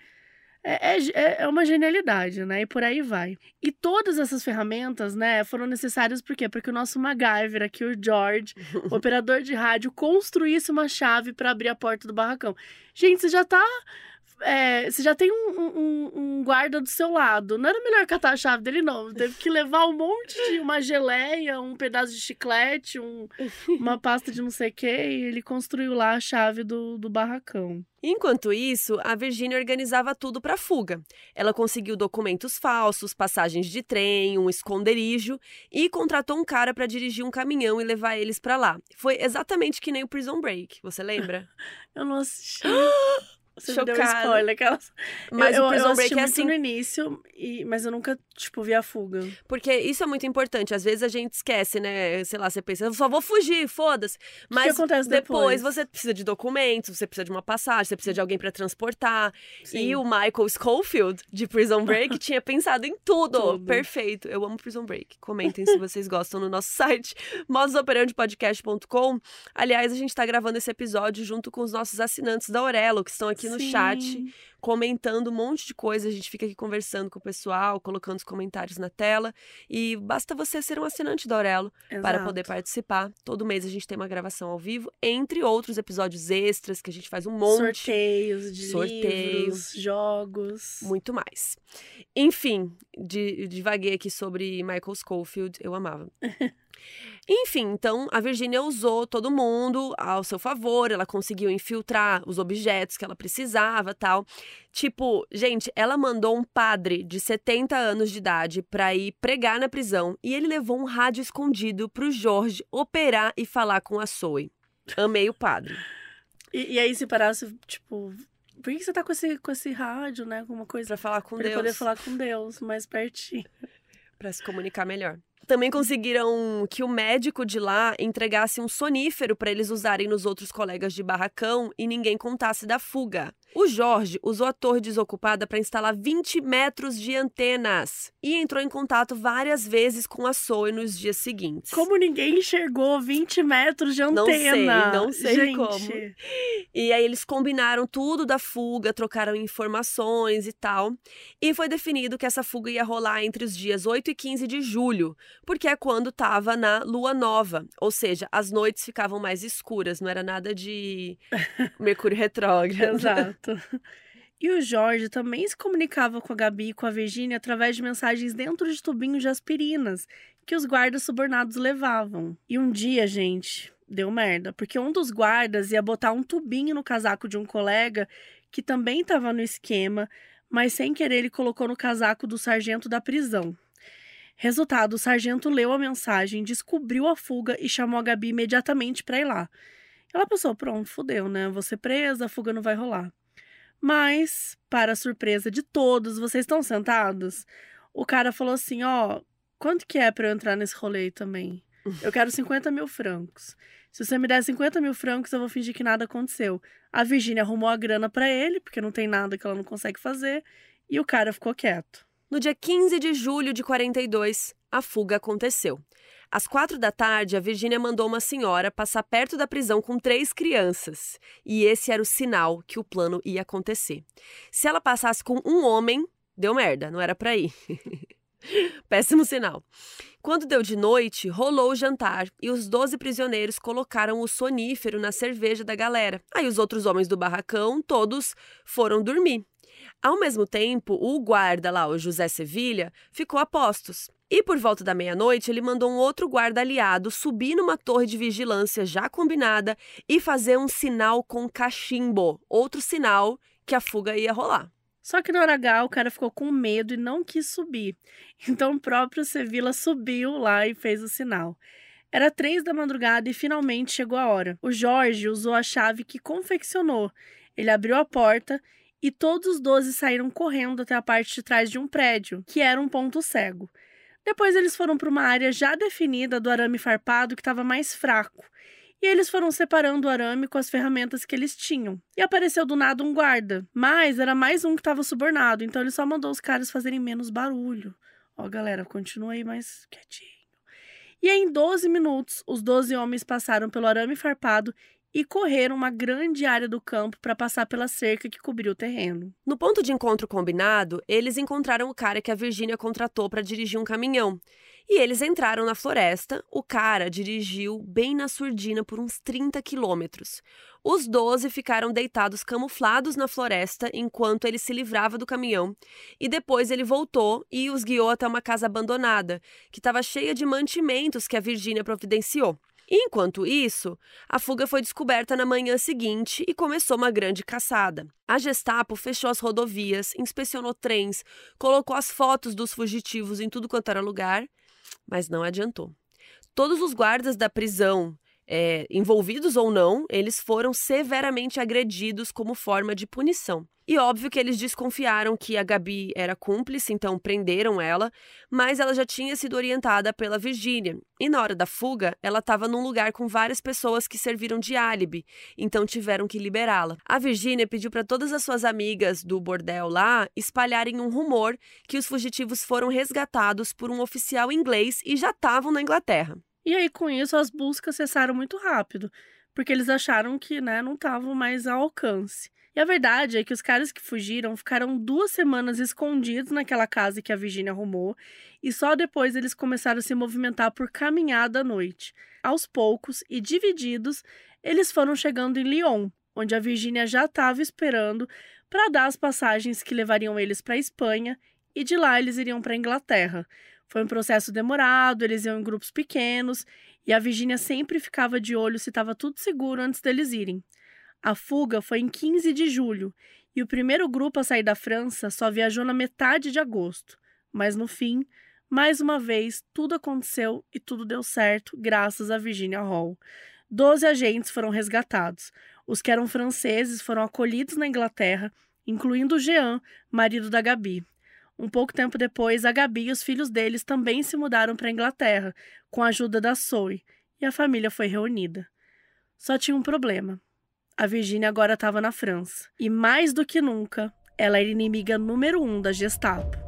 É, é, é uma genialidade, né? E por aí vai. E todas essas ferramentas, né, foram necessárias por quê? Porque o nosso MacGyver aqui, o George, o operador de rádio, construísse uma chave para abrir a porta do barracão. Gente, você já tá... É, você já tem um, um, um guarda do seu lado. Não era melhor catar a chave dele, não. Teve que levar um monte de uma geleia, um pedaço de chiclete, um, uma pasta de não sei o que, e ele construiu lá a chave do, do barracão. Enquanto isso, a Virgínia organizava tudo para a fuga. Ela conseguiu documentos falsos, passagens de trem, um esconderijo e contratou um cara para dirigir um caminhão e levar eles para lá. Foi exatamente que nem o Prison Break, você lembra? Eu não assisti. Você Chocada. me deu um spoiler, aquelas... Mas eu, o Prison eu Break é muito assim no início, e... mas eu nunca, tipo, vi a fuga. Porque isso é muito importante. Às vezes a gente esquece, né? Sei lá, você pensa, eu só vou fugir, foda-se. Mas o que acontece depois? depois Você precisa de documentos, você precisa de uma passagem, você precisa de alguém pra transportar. Sim. E o Michael Schofield, de Prison Break, tinha pensado em tudo. Tudo. Perfeito. Eu amo Prison Break. Comentem se vocês gostam no nosso site, modus operandi podcast ponto com. Aliás, a gente tá gravando esse episódio junto com os nossos assinantes da Aurelo, que estão aqui no Sim. chat, comentando um monte de coisa. A gente fica aqui conversando com o pessoal, colocando os comentários na tela. E basta você ser um assinante da Aurelo Exato. Para poder participar. Todo mês a gente tem uma gravação ao vivo, entre outros episódios extras que a gente faz um monte. Sorteios de Sorteio. livros, jogos. Muito mais. Enfim, de, divaguei aqui sobre Michael Schofield, eu amava. Enfim, então a Virgínia usou todo mundo ao seu favor, ela conseguiu infiltrar os objetos que ela precisava, tal. Tipo, gente, ela mandou um padre de setenta anos de idade pra ir pregar na prisão e ele levou um rádio escondido pro Jorge operar e falar com a Zoe. Amei o padre. E, e aí se parasse, tipo... Por que você tá com esse, com esse rádio, né? Com uma coisa... Pra falar com pra Deus. Pra poder falar com Deus, mais pertinho. Pra se comunicar melhor. Também conseguiram que o médico de lá entregasse um sonífero para eles usarem nos outros colegas de barracão e ninguém contasse da fuga. O Jorge usou a torre desocupada para instalar vinte metros de antenas e entrou em contato várias vezes com a Zoe nos dias seguintes. Como ninguém enxergou vinte metros de antena? Não sei, não sei Gente. como. E aí eles combinaram tudo da fuga, trocaram informações e tal. E foi definido que essa fuga ia rolar entre os dias oito e quinze de julho, porque é quando estava na lua nova. Ou seja, as noites ficavam mais escuras, não era nada de Mercúrio retrógrado. Exato. E o Jorge também se comunicava com a Gabi e com a Virgínia através de mensagens dentro de tubinhos de aspirinas que os guardas subornados levavam. E um dia, gente, deu merda, porque um dos guardas ia botar um tubinho no casaco de um colega que também estava no esquema, mas sem querer ele colocou no casaco do sargento da prisão. Resultado, o sargento leu a mensagem, descobriu a fuga e chamou a Gabi imediatamente para ir lá. Ela pensou, pronto, fudeu, né? Vou ser presa, a fuga não vai rolar. Mas, para a surpresa de todos, vocês estão sentados? O cara falou assim, ó, quanto que é para eu entrar nesse rolê também? Eu quero cinquenta mil francos. Se você me der cinquenta mil francos, eu vou fingir que nada aconteceu. A Virgínia arrumou a grana para ele, porque não tem nada que ela não consegue fazer, e o cara ficou quieto. No dia quinze de julho de quarenta e dois, a fuga aconteceu. Às quatro da tarde, a Virgínia mandou uma senhora passar perto da prisão com três crianças. E esse era o sinal que o plano ia acontecer. Se ela passasse com um homem, deu merda, não era pra ir. Péssimo sinal. Quando deu de noite, rolou o jantar e os doze prisioneiros colocaram o sonífero na cerveja da galera. Aí os outros homens do barracão, todos foram dormir. Ao mesmo tempo, o guarda lá, o José Sevilha, ficou a postos. E por volta da meia-noite, ele mandou um outro guarda aliado subir numa torre de vigilância já combinada e fazer um sinal com cachimbo, outro sinal que a fuga ia rolar. Só que na hora H, o cara ficou com medo e não quis subir. Então o próprio Sevilla subiu lá e fez o sinal. Era três da madrugada e finalmente chegou a hora. O Jorge usou a chave que confeccionou. Ele abriu a porta e todos os doze saíram correndo até a parte de trás de um prédio, que era um ponto cego. Depois eles foram para uma área já definida do arame farpado que estava mais fraco. E eles foram separando o arame com as ferramentas que eles tinham. E apareceu do nada um guarda. Mas era mais um que estava subornado, então ele só mandou os caras fazerem menos barulho. Ó, galera, continua aí mais quietinho. E aí, em doze minutos, os doze homens passaram pelo arame farpado e correram uma grande área do campo para passar pela cerca que cobriu o terreno. No ponto de encontro combinado, eles encontraram o cara que a Virgínia contratou para dirigir um caminhão. E eles entraram na floresta, o cara dirigiu bem na surdina por uns trinta quilômetros. Os doze ficaram deitados camuflados na floresta enquanto ele se livrava do caminhão. E depois ele voltou e os guiou até uma casa abandonada, que estava cheia de mantimentos que a Virgínia providenciou. Enquanto isso, a fuga foi descoberta na manhã seguinte e começou uma grande caçada. A Gestapo fechou as rodovias, inspecionou trens, colocou as fotos dos fugitivos em tudo quanto era lugar, mas não adiantou. Todos os guardas da prisão, é, envolvidos ou não, eles foram severamente agredidos como forma de punição. E óbvio que eles desconfiaram que a Gabi era cúmplice, então prenderam ela, mas ela já tinha sido orientada pela Virgínia. E na hora da fuga, ela estava num lugar com várias pessoas que serviram de álibi, então tiveram que liberá-la. A Virgínia pediu para todas as suas amigas do bordel lá espalharem um rumor que os fugitivos foram resgatados por um oficial inglês e já estavam na Inglaterra. E aí, com isso, as buscas cessaram muito rápido, porque eles acharam que, né, não estavam mais ao alcance. E a verdade é que os caras que fugiram ficaram duas semanas escondidos naquela casa que a Virgínia arrumou e só depois eles começaram a se movimentar por caminhada à noite. Aos poucos e divididos, eles foram chegando em Lyon, onde a Virgínia já estava esperando para dar as passagens que levariam eles para a Espanha e de lá eles iriam para a Inglaterra. Foi um processo demorado, eles iam em grupos pequenos e a Virgínia sempre ficava de olho se estava tudo seguro antes deles irem. A fuga foi em quinze de julho e o primeiro grupo a sair da França só viajou na metade de agosto. Mas no fim, mais uma vez, tudo aconteceu e tudo deu certo graças a Virginia Hall. Doze agentes foram resgatados. Os que eram franceses foram acolhidos na Inglaterra, incluindo o Jean, marido da Gabi. Um pouco tempo depois, a Gabi e os filhos deles também se mudaram para a Inglaterra, com a ajuda da Zoe, e a família foi reunida. Só tinha um problema. A Virgínia agora estava na França. E mais do que nunca, ela era inimiga número um da Gestapo.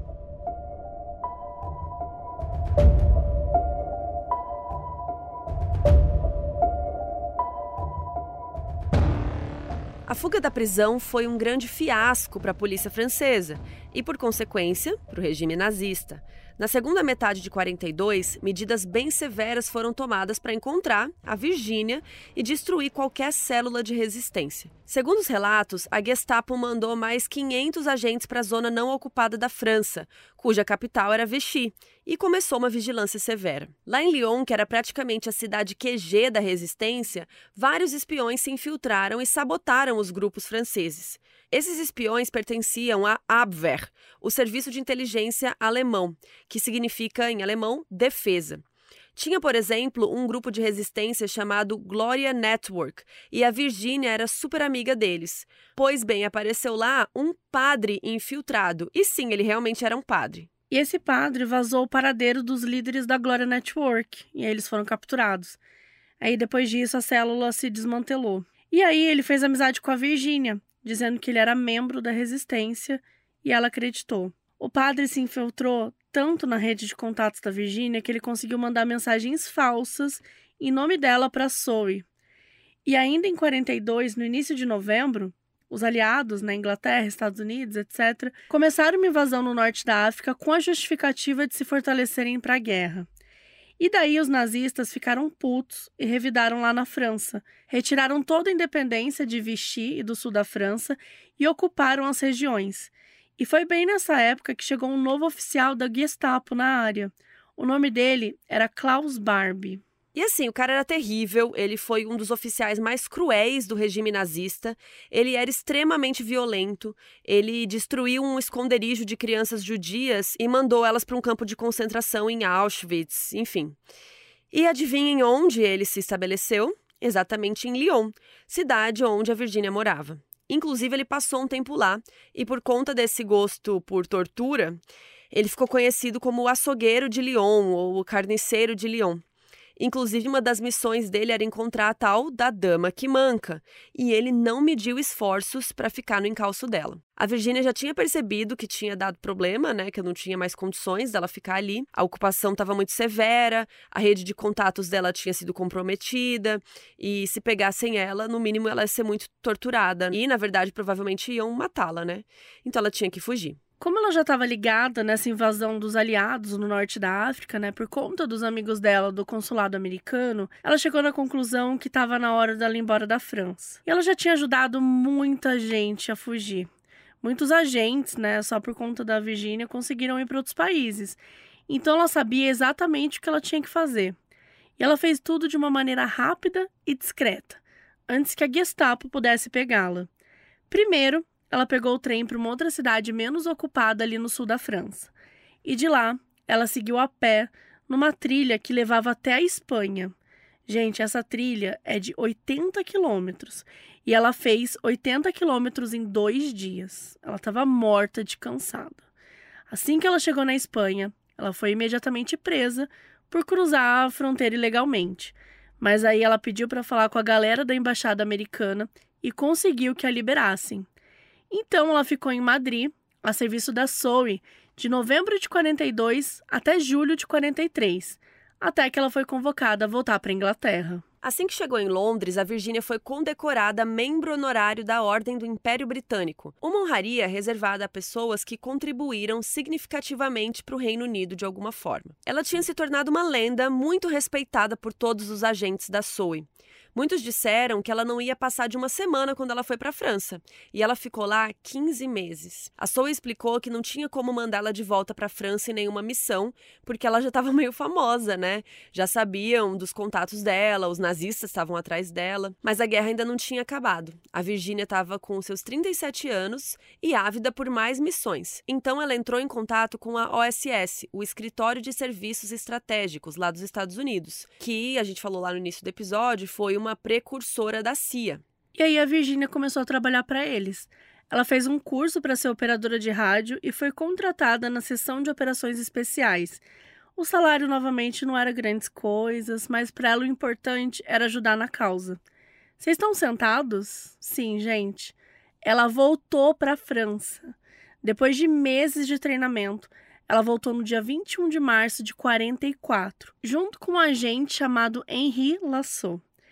A fuga da prisão foi um grande fiasco para a polícia francesa e, por consequência, para o regime nazista. Na segunda metade de quarenta e dois, medidas bem severas foram tomadas para encontrar a Virgínia e destruir qualquer célula de resistência. Segundo os relatos, a Gestapo mandou mais quinhentos agentes para a zona não ocupada da França, cuja capital era Vichy, e começou uma vigilância severa. Lá em Lyon, que era praticamente a cidade Q G da resistência, vários espiões se infiltraram e sabotaram os grupos franceses. Esses espiões pertenciam à Abwehr, o serviço de inteligência alemão, que significa, em alemão, defesa. Tinha, por exemplo, um grupo de resistência chamado Gloria Network, e a Virgínia era super amiga deles. Pois bem, apareceu lá um padre infiltrado, e sim, ele realmente era um padre. E esse padre vazou o paradeiro dos líderes da Gloria Network, e aí eles foram capturados. Aí, depois disso, a célula se desmantelou. E aí, ele fez amizade com a Virgínia, dizendo que ele era membro da resistência, e ela acreditou. O padre se infiltrou tanto na rede de contatos da Virgínia que ele conseguiu mandar mensagens falsas em nome dela para Zoe. E ainda em quarenta e dois, no início de novembro, os aliados na Inglaterra, Estados Unidos, etcétera, começaram uma invasão no norte da África com a justificativa de se fortalecerem para a guerra. E daí os nazistas ficaram putos e revidaram lá na França, retiraram toda a independência de Vichy e do sul da França e ocuparam as regiões. E foi bem nessa época que chegou um novo oficial da Gestapo na área. O nome dele era Klaus Barbie. E assim, o cara era terrível, ele foi um dos oficiais mais cruéis do regime nazista, ele era extremamente violento, ele destruiu um esconderijo de crianças judias e mandou elas para um campo de concentração em Auschwitz, enfim. E adivinhem onde ele se estabeleceu? Exatamente em Lyon, cidade onde a Virgínia morava. Inclusive, ele passou um tempo lá e, por conta desse gosto por tortura, ele ficou conhecido como o açougueiro de Lyon ou o carniceiro de Lyon. Inclusive, uma das missões dele era encontrar a tal da dama que manca, e ele não mediu esforços para ficar no encalço dela. A Virgínia já tinha percebido que tinha dado problema, né, que eu não tinha mais condições dela ficar ali. A ocupação estava muito severa, a rede de contatos dela tinha sido comprometida, e se pegassem ela, no mínimo ela ia ser muito torturada. E, na verdade, provavelmente iam matá-la, né? Então ela tinha que fugir. Como ela já estava ligada nessa invasão dos aliados no norte da África, né, por conta dos amigos dela do consulado americano, ela chegou na conclusão que estava na hora dela ir embora da França. E ela já tinha ajudado muita gente a fugir. Muitos agentes, né, só por conta da Virgínia, conseguiram ir para outros países. Então ela sabia exatamente o que ela tinha que fazer. E ela fez tudo de uma maneira rápida e discreta, antes que a Gestapo pudesse pegá-la. Primeiro, ela pegou o trem para uma outra cidade menos ocupada ali no sul da França. E de lá, ela seguiu a pé numa trilha que levava até a Espanha. Gente, essa trilha é de oitenta quilômetros. E ela fez oitenta quilômetros em dois dias. Ela estava morta de cansada. Assim que ela chegou na Espanha, ela foi imediatamente presa por cruzar a fronteira ilegalmente. Mas aí ela pediu para falar com a galera da embaixada americana e conseguiu que a liberassem. Então, ela ficou em Madrid, a serviço da Zoe, de novembro de quarenta e dois até julho de quarenta e três, até que ela foi convocada a voltar para a Inglaterra. Assim que chegou em Londres, a Virgínia foi condecorada membro honorário da Ordem do Império Britânico, uma honraria reservada a pessoas que contribuíram significativamente para o Reino Unido de alguma forma. Ela tinha se tornado uma lenda muito respeitada por todos os agentes da Zoe. Muitos disseram que ela não ia passar de uma semana quando ela foi para a França, e ela ficou lá quinze meses. A Zoe explicou que não tinha como mandá-la de volta para a França em nenhuma missão, porque ela já estava meio famosa, né? Já sabiam dos contatos dela, os nazistas estavam atrás dela, mas a guerra ainda não tinha acabado. A Virgínia estava com seus trinta e sete anos e ávida por mais missões. Então ela entrou em contato com a O S S, o Escritório de Serviços Estratégicos, lá dos Estados Unidos, que, a gente falou lá no início do episódio, foi uma precursora da C I A. E aí a Virgínia começou a trabalhar para eles. Ela fez um curso para ser operadora de rádio e foi contratada na seção de operações especiais. O salário, novamente, não era grandes coisas, mas para ela o importante era ajudar na causa. Vocês estão sentados? Sim, gente. Ela voltou para a França. Depois de meses de treinamento, ela voltou no dia vinte e um de março de quarenta e quatro, junto com um agente chamado Henri Lassot.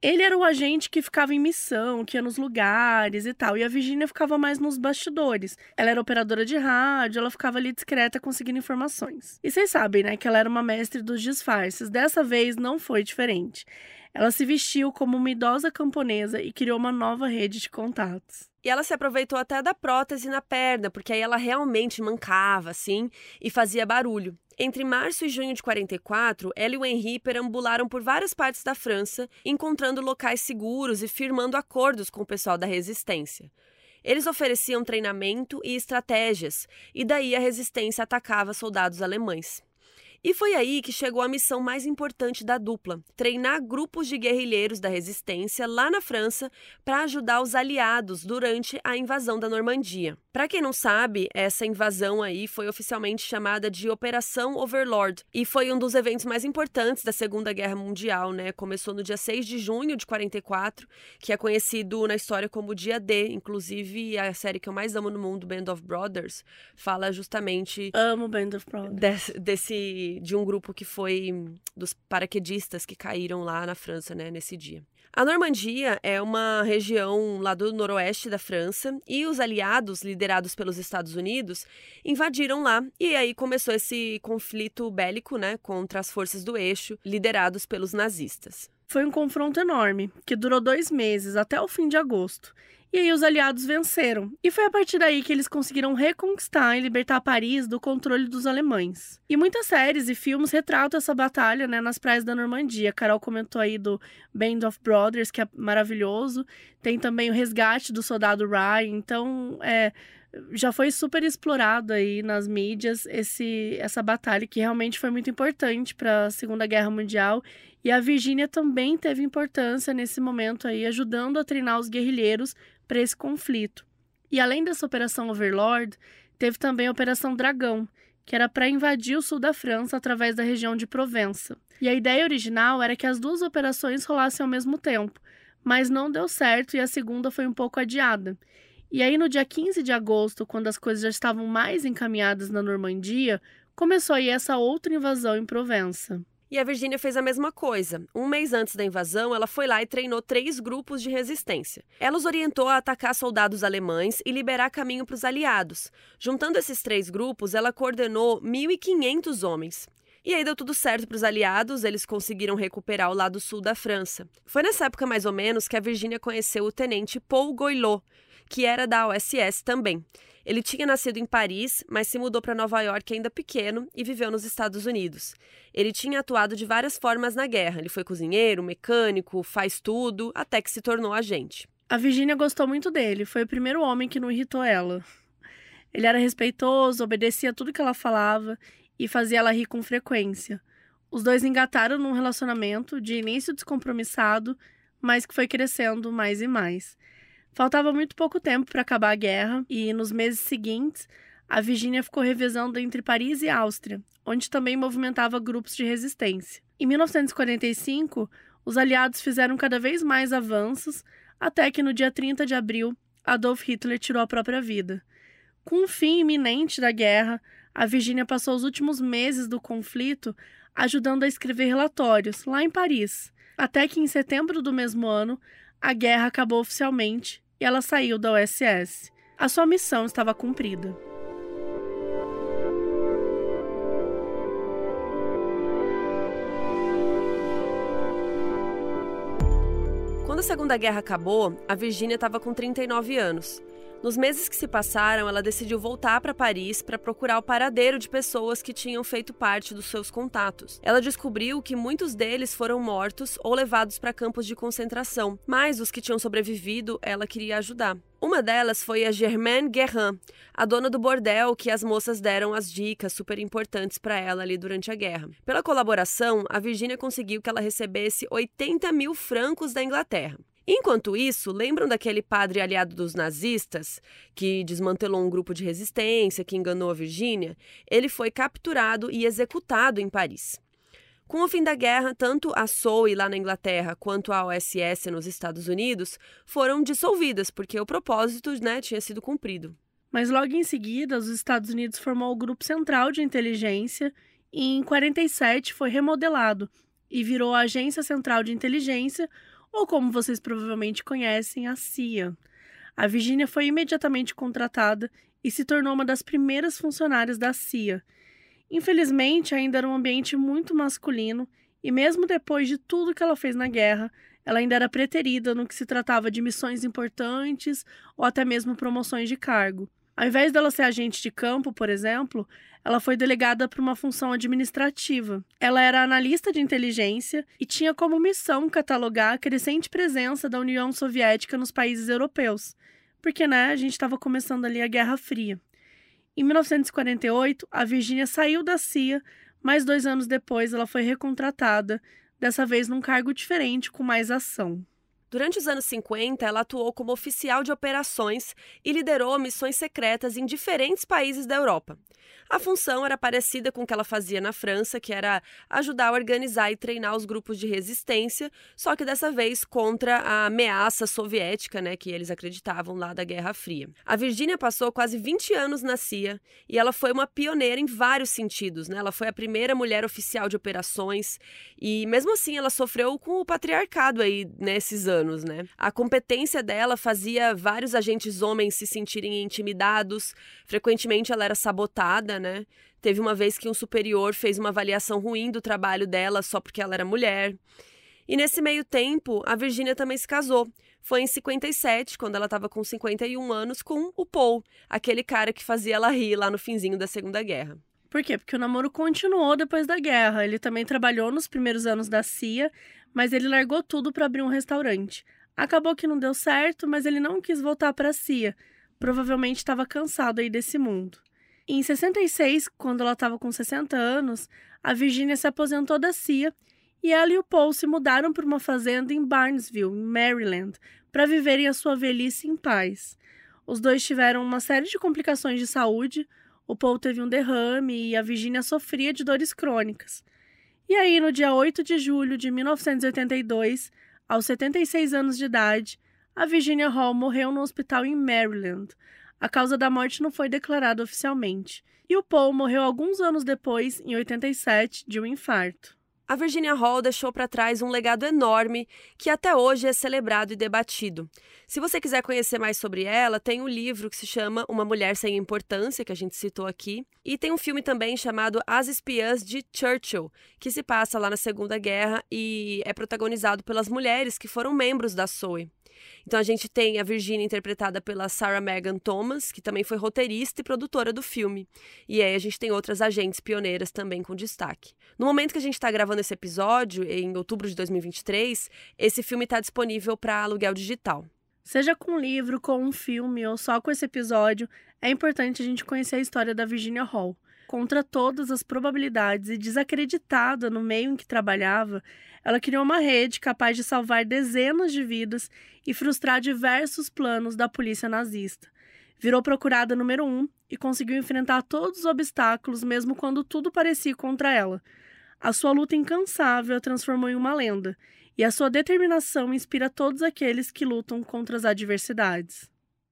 Ele era o agente que ficava em missão, que ia nos lugares e tal. E a Virginia ficava mais nos bastidores. Ela era operadora de rádio, ela ficava ali discreta, conseguindo informações. E vocês sabem, né, que ela era uma mestre dos disfarces. Dessa vez não foi diferente. Ela se vestiu como uma idosa camponesa e criou uma nova rede de contatos. E ela se aproveitou até da prótese na perna, porque aí ela realmente mancava, assim, e fazia barulho. Entre março e junho de quarenta e quatro, ela e o Henri perambularam por várias partes da França, encontrando locais seguros e firmando acordos com o pessoal da resistência. Eles ofereciam treinamento e estratégias, e daí a resistência atacava soldados alemães. E foi aí que chegou a missão mais importante da dupla, treinar grupos de guerrilheiros da resistência lá na França para ajudar os aliados durante a invasão da Normandia. Para quem não sabe, essa invasão aí foi oficialmente chamada de Operação Overlord e foi um dos eventos mais importantes da Segunda Guerra Mundial, né? Começou no dia seis de junho de quarenta e quatro, que é conhecido na história como Dia D. Inclusive, a série que eu mais amo no mundo, Band of Brothers, fala justamente... Amo Band of Brothers. Desse, desse, de um grupo que foi dos paraquedistas que caíram lá na França, né, nesse dia. A Normandia é uma região lá do noroeste da França e os aliados, liderados pelos Estados Unidos, invadiram lá e aí começou esse conflito bélico, né, contra as forças do eixo, liderados pelos nazistas. Foi um confronto enorme, que durou dois meses, até o fim de agosto. E aí os aliados venceram. E foi a partir daí que eles conseguiram reconquistar e libertar Paris do controle dos alemães. E muitas séries e filmes retratam essa batalha, né, nas praias da Normandia. A Carol comentou aí do Band of Brothers, que é maravilhoso. Tem também o resgate do soldado Ryan. Então, é... já foi super explorado aí nas mídias esse, essa batalha, que realmente foi muito importante para a Segunda Guerra Mundial. E a Virginia também teve importância nesse momento aí, ajudando a treinar os guerrilheiros para esse conflito. E além dessa Operação Overlord, teve também a Operação Dragão, que era para invadir o sul da França através da região de Provença. E a ideia original era que as duas operações rolassem ao mesmo tempo, mas não deu certo e a segunda foi um pouco adiada. E aí, no dia quinze de agosto, quando as coisas já estavam mais encaminhadas na Normandia, começou aí essa outra invasão em Provença. E a Virginia fez a mesma coisa. Um mês antes da invasão, ela foi lá e treinou três grupos de resistência. Ela os orientou a atacar soldados alemães e liberar caminho para os aliados. Juntando esses três grupos, ela coordenou mil e quinhentos homens. E aí deu tudo certo para os aliados, eles conseguiram recuperar o lado sul da França. Foi nessa época, mais ou menos, que a Virginia conheceu o tenente Paul Goillot, que era da O S S também. Ele tinha nascido em Paris, mas se mudou para Nova York ainda pequeno e viveu nos Estados Unidos. Ele tinha atuado de várias formas na guerra. Ele foi cozinheiro, mecânico, faz tudo, até que se tornou agente. A Virginia gostou muito dele, foi o primeiro homem que não irritou ela. Ele era respeitoso, obedecia tudo que ela falava e fazia ela rir com frequência. Os dois engataram num relacionamento de início descompromissado, mas que foi crescendo mais e mais. Faltava muito pouco tempo para acabar a guerra e, nos meses seguintes, a Virginia ficou revezando entre Paris e Áustria, onde também movimentava grupos de resistência. Em mil novecentos e quarenta e cinco, os aliados fizeram cada vez mais avanços, até que no dia trinta de abril, Adolf Hitler tirou a própria vida. Com o fim iminente da guerra, a Virginia passou os últimos meses do conflito ajudando a escrever relatórios, lá em Paris, até que em setembro do mesmo ano, a guerra acabou oficialmente e ela saiu da O S S. A sua missão estava cumprida. Quando a Segunda Guerra acabou, a Virginia estava com trinta e nove anos. Nos meses que se passaram, ela decidiu voltar para Paris para procurar o paradeiro de pessoas que tinham feito parte dos seus contatos. Ela descobriu que muitos deles foram mortos ou levados para campos de concentração, mas os que tinham sobrevivido, ela queria ajudar. Uma delas foi a Germaine Guérin, a dona do bordel que as moças deram as dicas super importantes para ela ali durante a guerra. Pela colaboração, a Virginia conseguiu que ela recebesse oitenta mil francos da Inglaterra. Enquanto isso, lembram daquele padre aliado dos nazistas, que desmantelou um grupo de resistência, que enganou a Virginia? Ele foi capturado e executado em Paris. Com o fim da guerra, tanto a S O E lá na Inglaterra quanto a O S S nos Estados Unidos foram dissolvidas, porque o propósito, né, tinha sido cumprido. Mas logo em seguida, os Estados Unidos formou o Grupo Central de Inteligência e em quarenta e sete foi remodelado e virou a Agência Central de Inteligência, ou como vocês provavelmente conhecem, a C I A. A Virginia foi imediatamente contratada e se tornou uma das primeiras funcionárias da C I A. Infelizmente, ainda era um ambiente muito masculino e mesmo depois de tudo que ela fez na guerra, ela ainda era preterida no que se tratava de missões importantes ou até mesmo promoções de cargo. Ao invés dela ser agente de campo, por exemplo, ela foi delegada para uma função administrativa. Ela era analista de inteligência e tinha como missão catalogar a crescente presença da União Soviética nos países europeus, porque, né, a gente estava começando ali a Guerra Fria. Em mil novecentos e quarenta e oito, a Virginia saiu da C I A, mas dois anos depois ela foi recontratada, dessa vez num cargo diferente com mais ação. Durante os anos cinquenta, ela atuou como oficial de operações e liderou missões secretas em diferentes países da Europa. A função era parecida com o que ela fazia na França, que era ajudar a organizar e treinar os grupos de resistência, só que dessa vez contra a ameaça soviética, né, que eles acreditavam lá da Guerra Fria. A Virginia passou quase vinte anos na C I A e ela foi uma pioneira em vários sentidos, né? Ela foi a primeira mulher oficial de operações e, mesmo assim, ela sofreu com o patriarcado aí nesses anos, né? A competência dela fazia vários agentes homens se sentirem intimidados, frequentemente ela era sabotada, né? Teve uma vez que um superior fez uma avaliação ruim do trabalho dela só porque ela era mulher. E nesse meio tempo, a Virginia também se casou. Foi em cinquenta e sete, quando ela estava com cinquenta e um anos, com o Paul, aquele cara que fazia ela rir lá no finzinho da Segunda Guerra. Por quê? Porque o namoro continuou depois da guerra. Ele também trabalhou nos primeiros anos da C I A, mas ele largou tudo para abrir um restaurante. Acabou que não deu certo, mas ele não quis voltar para a C I A. Provavelmente estava cansado aí desse mundo. Em sessenta e seis, quando ela estava com sessenta anos, a Virginia se aposentou da C I A e ela e o Paul se mudaram para uma fazenda em Barnesville, em Maryland, para viverem a sua velhice em paz. Os dois tiveram uma série de complicações de saúde. O Paul teve um derrame e a Virginia sofria de dores crônicas. E aí, no dia oito de julho de mil novecentos e oitenta e dois, aos setenta e seis anos de idade, a Virginia Hall morreu no hospital em Maryland. A causa da morte não foi declarada oficialmente. E o Paul morreu alguns anos depois, em oitenta e sete, de um infarto. A Virginia Hall deixou para trás um legado enorme que até hoje é celebrado e debatido. Se você quiser conhecer mais sobre ela, tem um livro que se chama Uma Mulher Sem Importância, que a gente citou aqui, e tem um filme também chamado As Espiãs de Churchill, que se passa lá na Segunda Guerra e é protagonizado pelas mulheres que foram membros da S O E. Então a gente tem a Virginia interpretada pela Sarah Megan Thomas, que também foi roteirista e produtora do filme. E aí a gente tem outras agentes pioneiras também com destaque. No momento que a gente está gravando esse episódio, em outubro de dois mil e vinte e três, esse filme está disponível para aluguel digital. Seja com um livro, com um filme ou só com esse episódio, é importante a gente conhecer a história da Virginia Hall. Contra todas as probabilidades e desacreditada no meio em que trabalhava, ela criou uma rede capaz de salvar dezenas de vidas e frustrar diversos planos da polícia nazista. Virou procurada número um e conseguiu enfrentar todos os obstáculos mesmo quando tudo parecia contra ela. A sua luta incansável a transformou em uma lenda, e a sua determinação inspira todos aqueles que lutam contra as adversidades.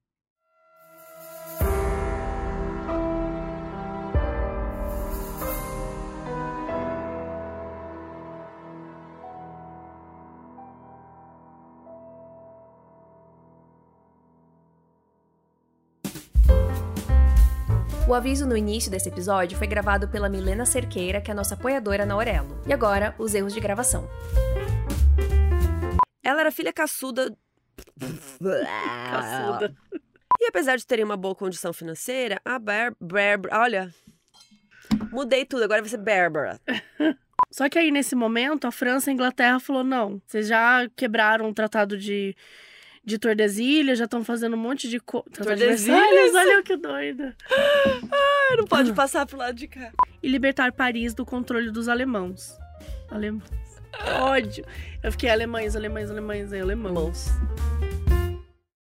O aviso no início desse episódio foi gravado pela Milena Cerqueira, que é a nossa apoiadora na Aurelo. E agora, os erros de gravação. Ela era filha caçuda... Caçuda. E apesar de terem uma boa condição financeira, a Bar... Barbara... Olha, mudei tudo, agora vai ser Barbara. Só que aí, nesse momento, a França e a Inglaterra falou, não, vocês já quebraram o tratado de... de Tordesilhas, já estão fazendo um monte de... Co... Tordesilhas? Olha que doida. Ah, não pode passar pro lado de cá. E libertar Paris do controle dos alemãos. Alemãos. Ódio. Eu fiquei alemães, alemães, alemães, alemãos.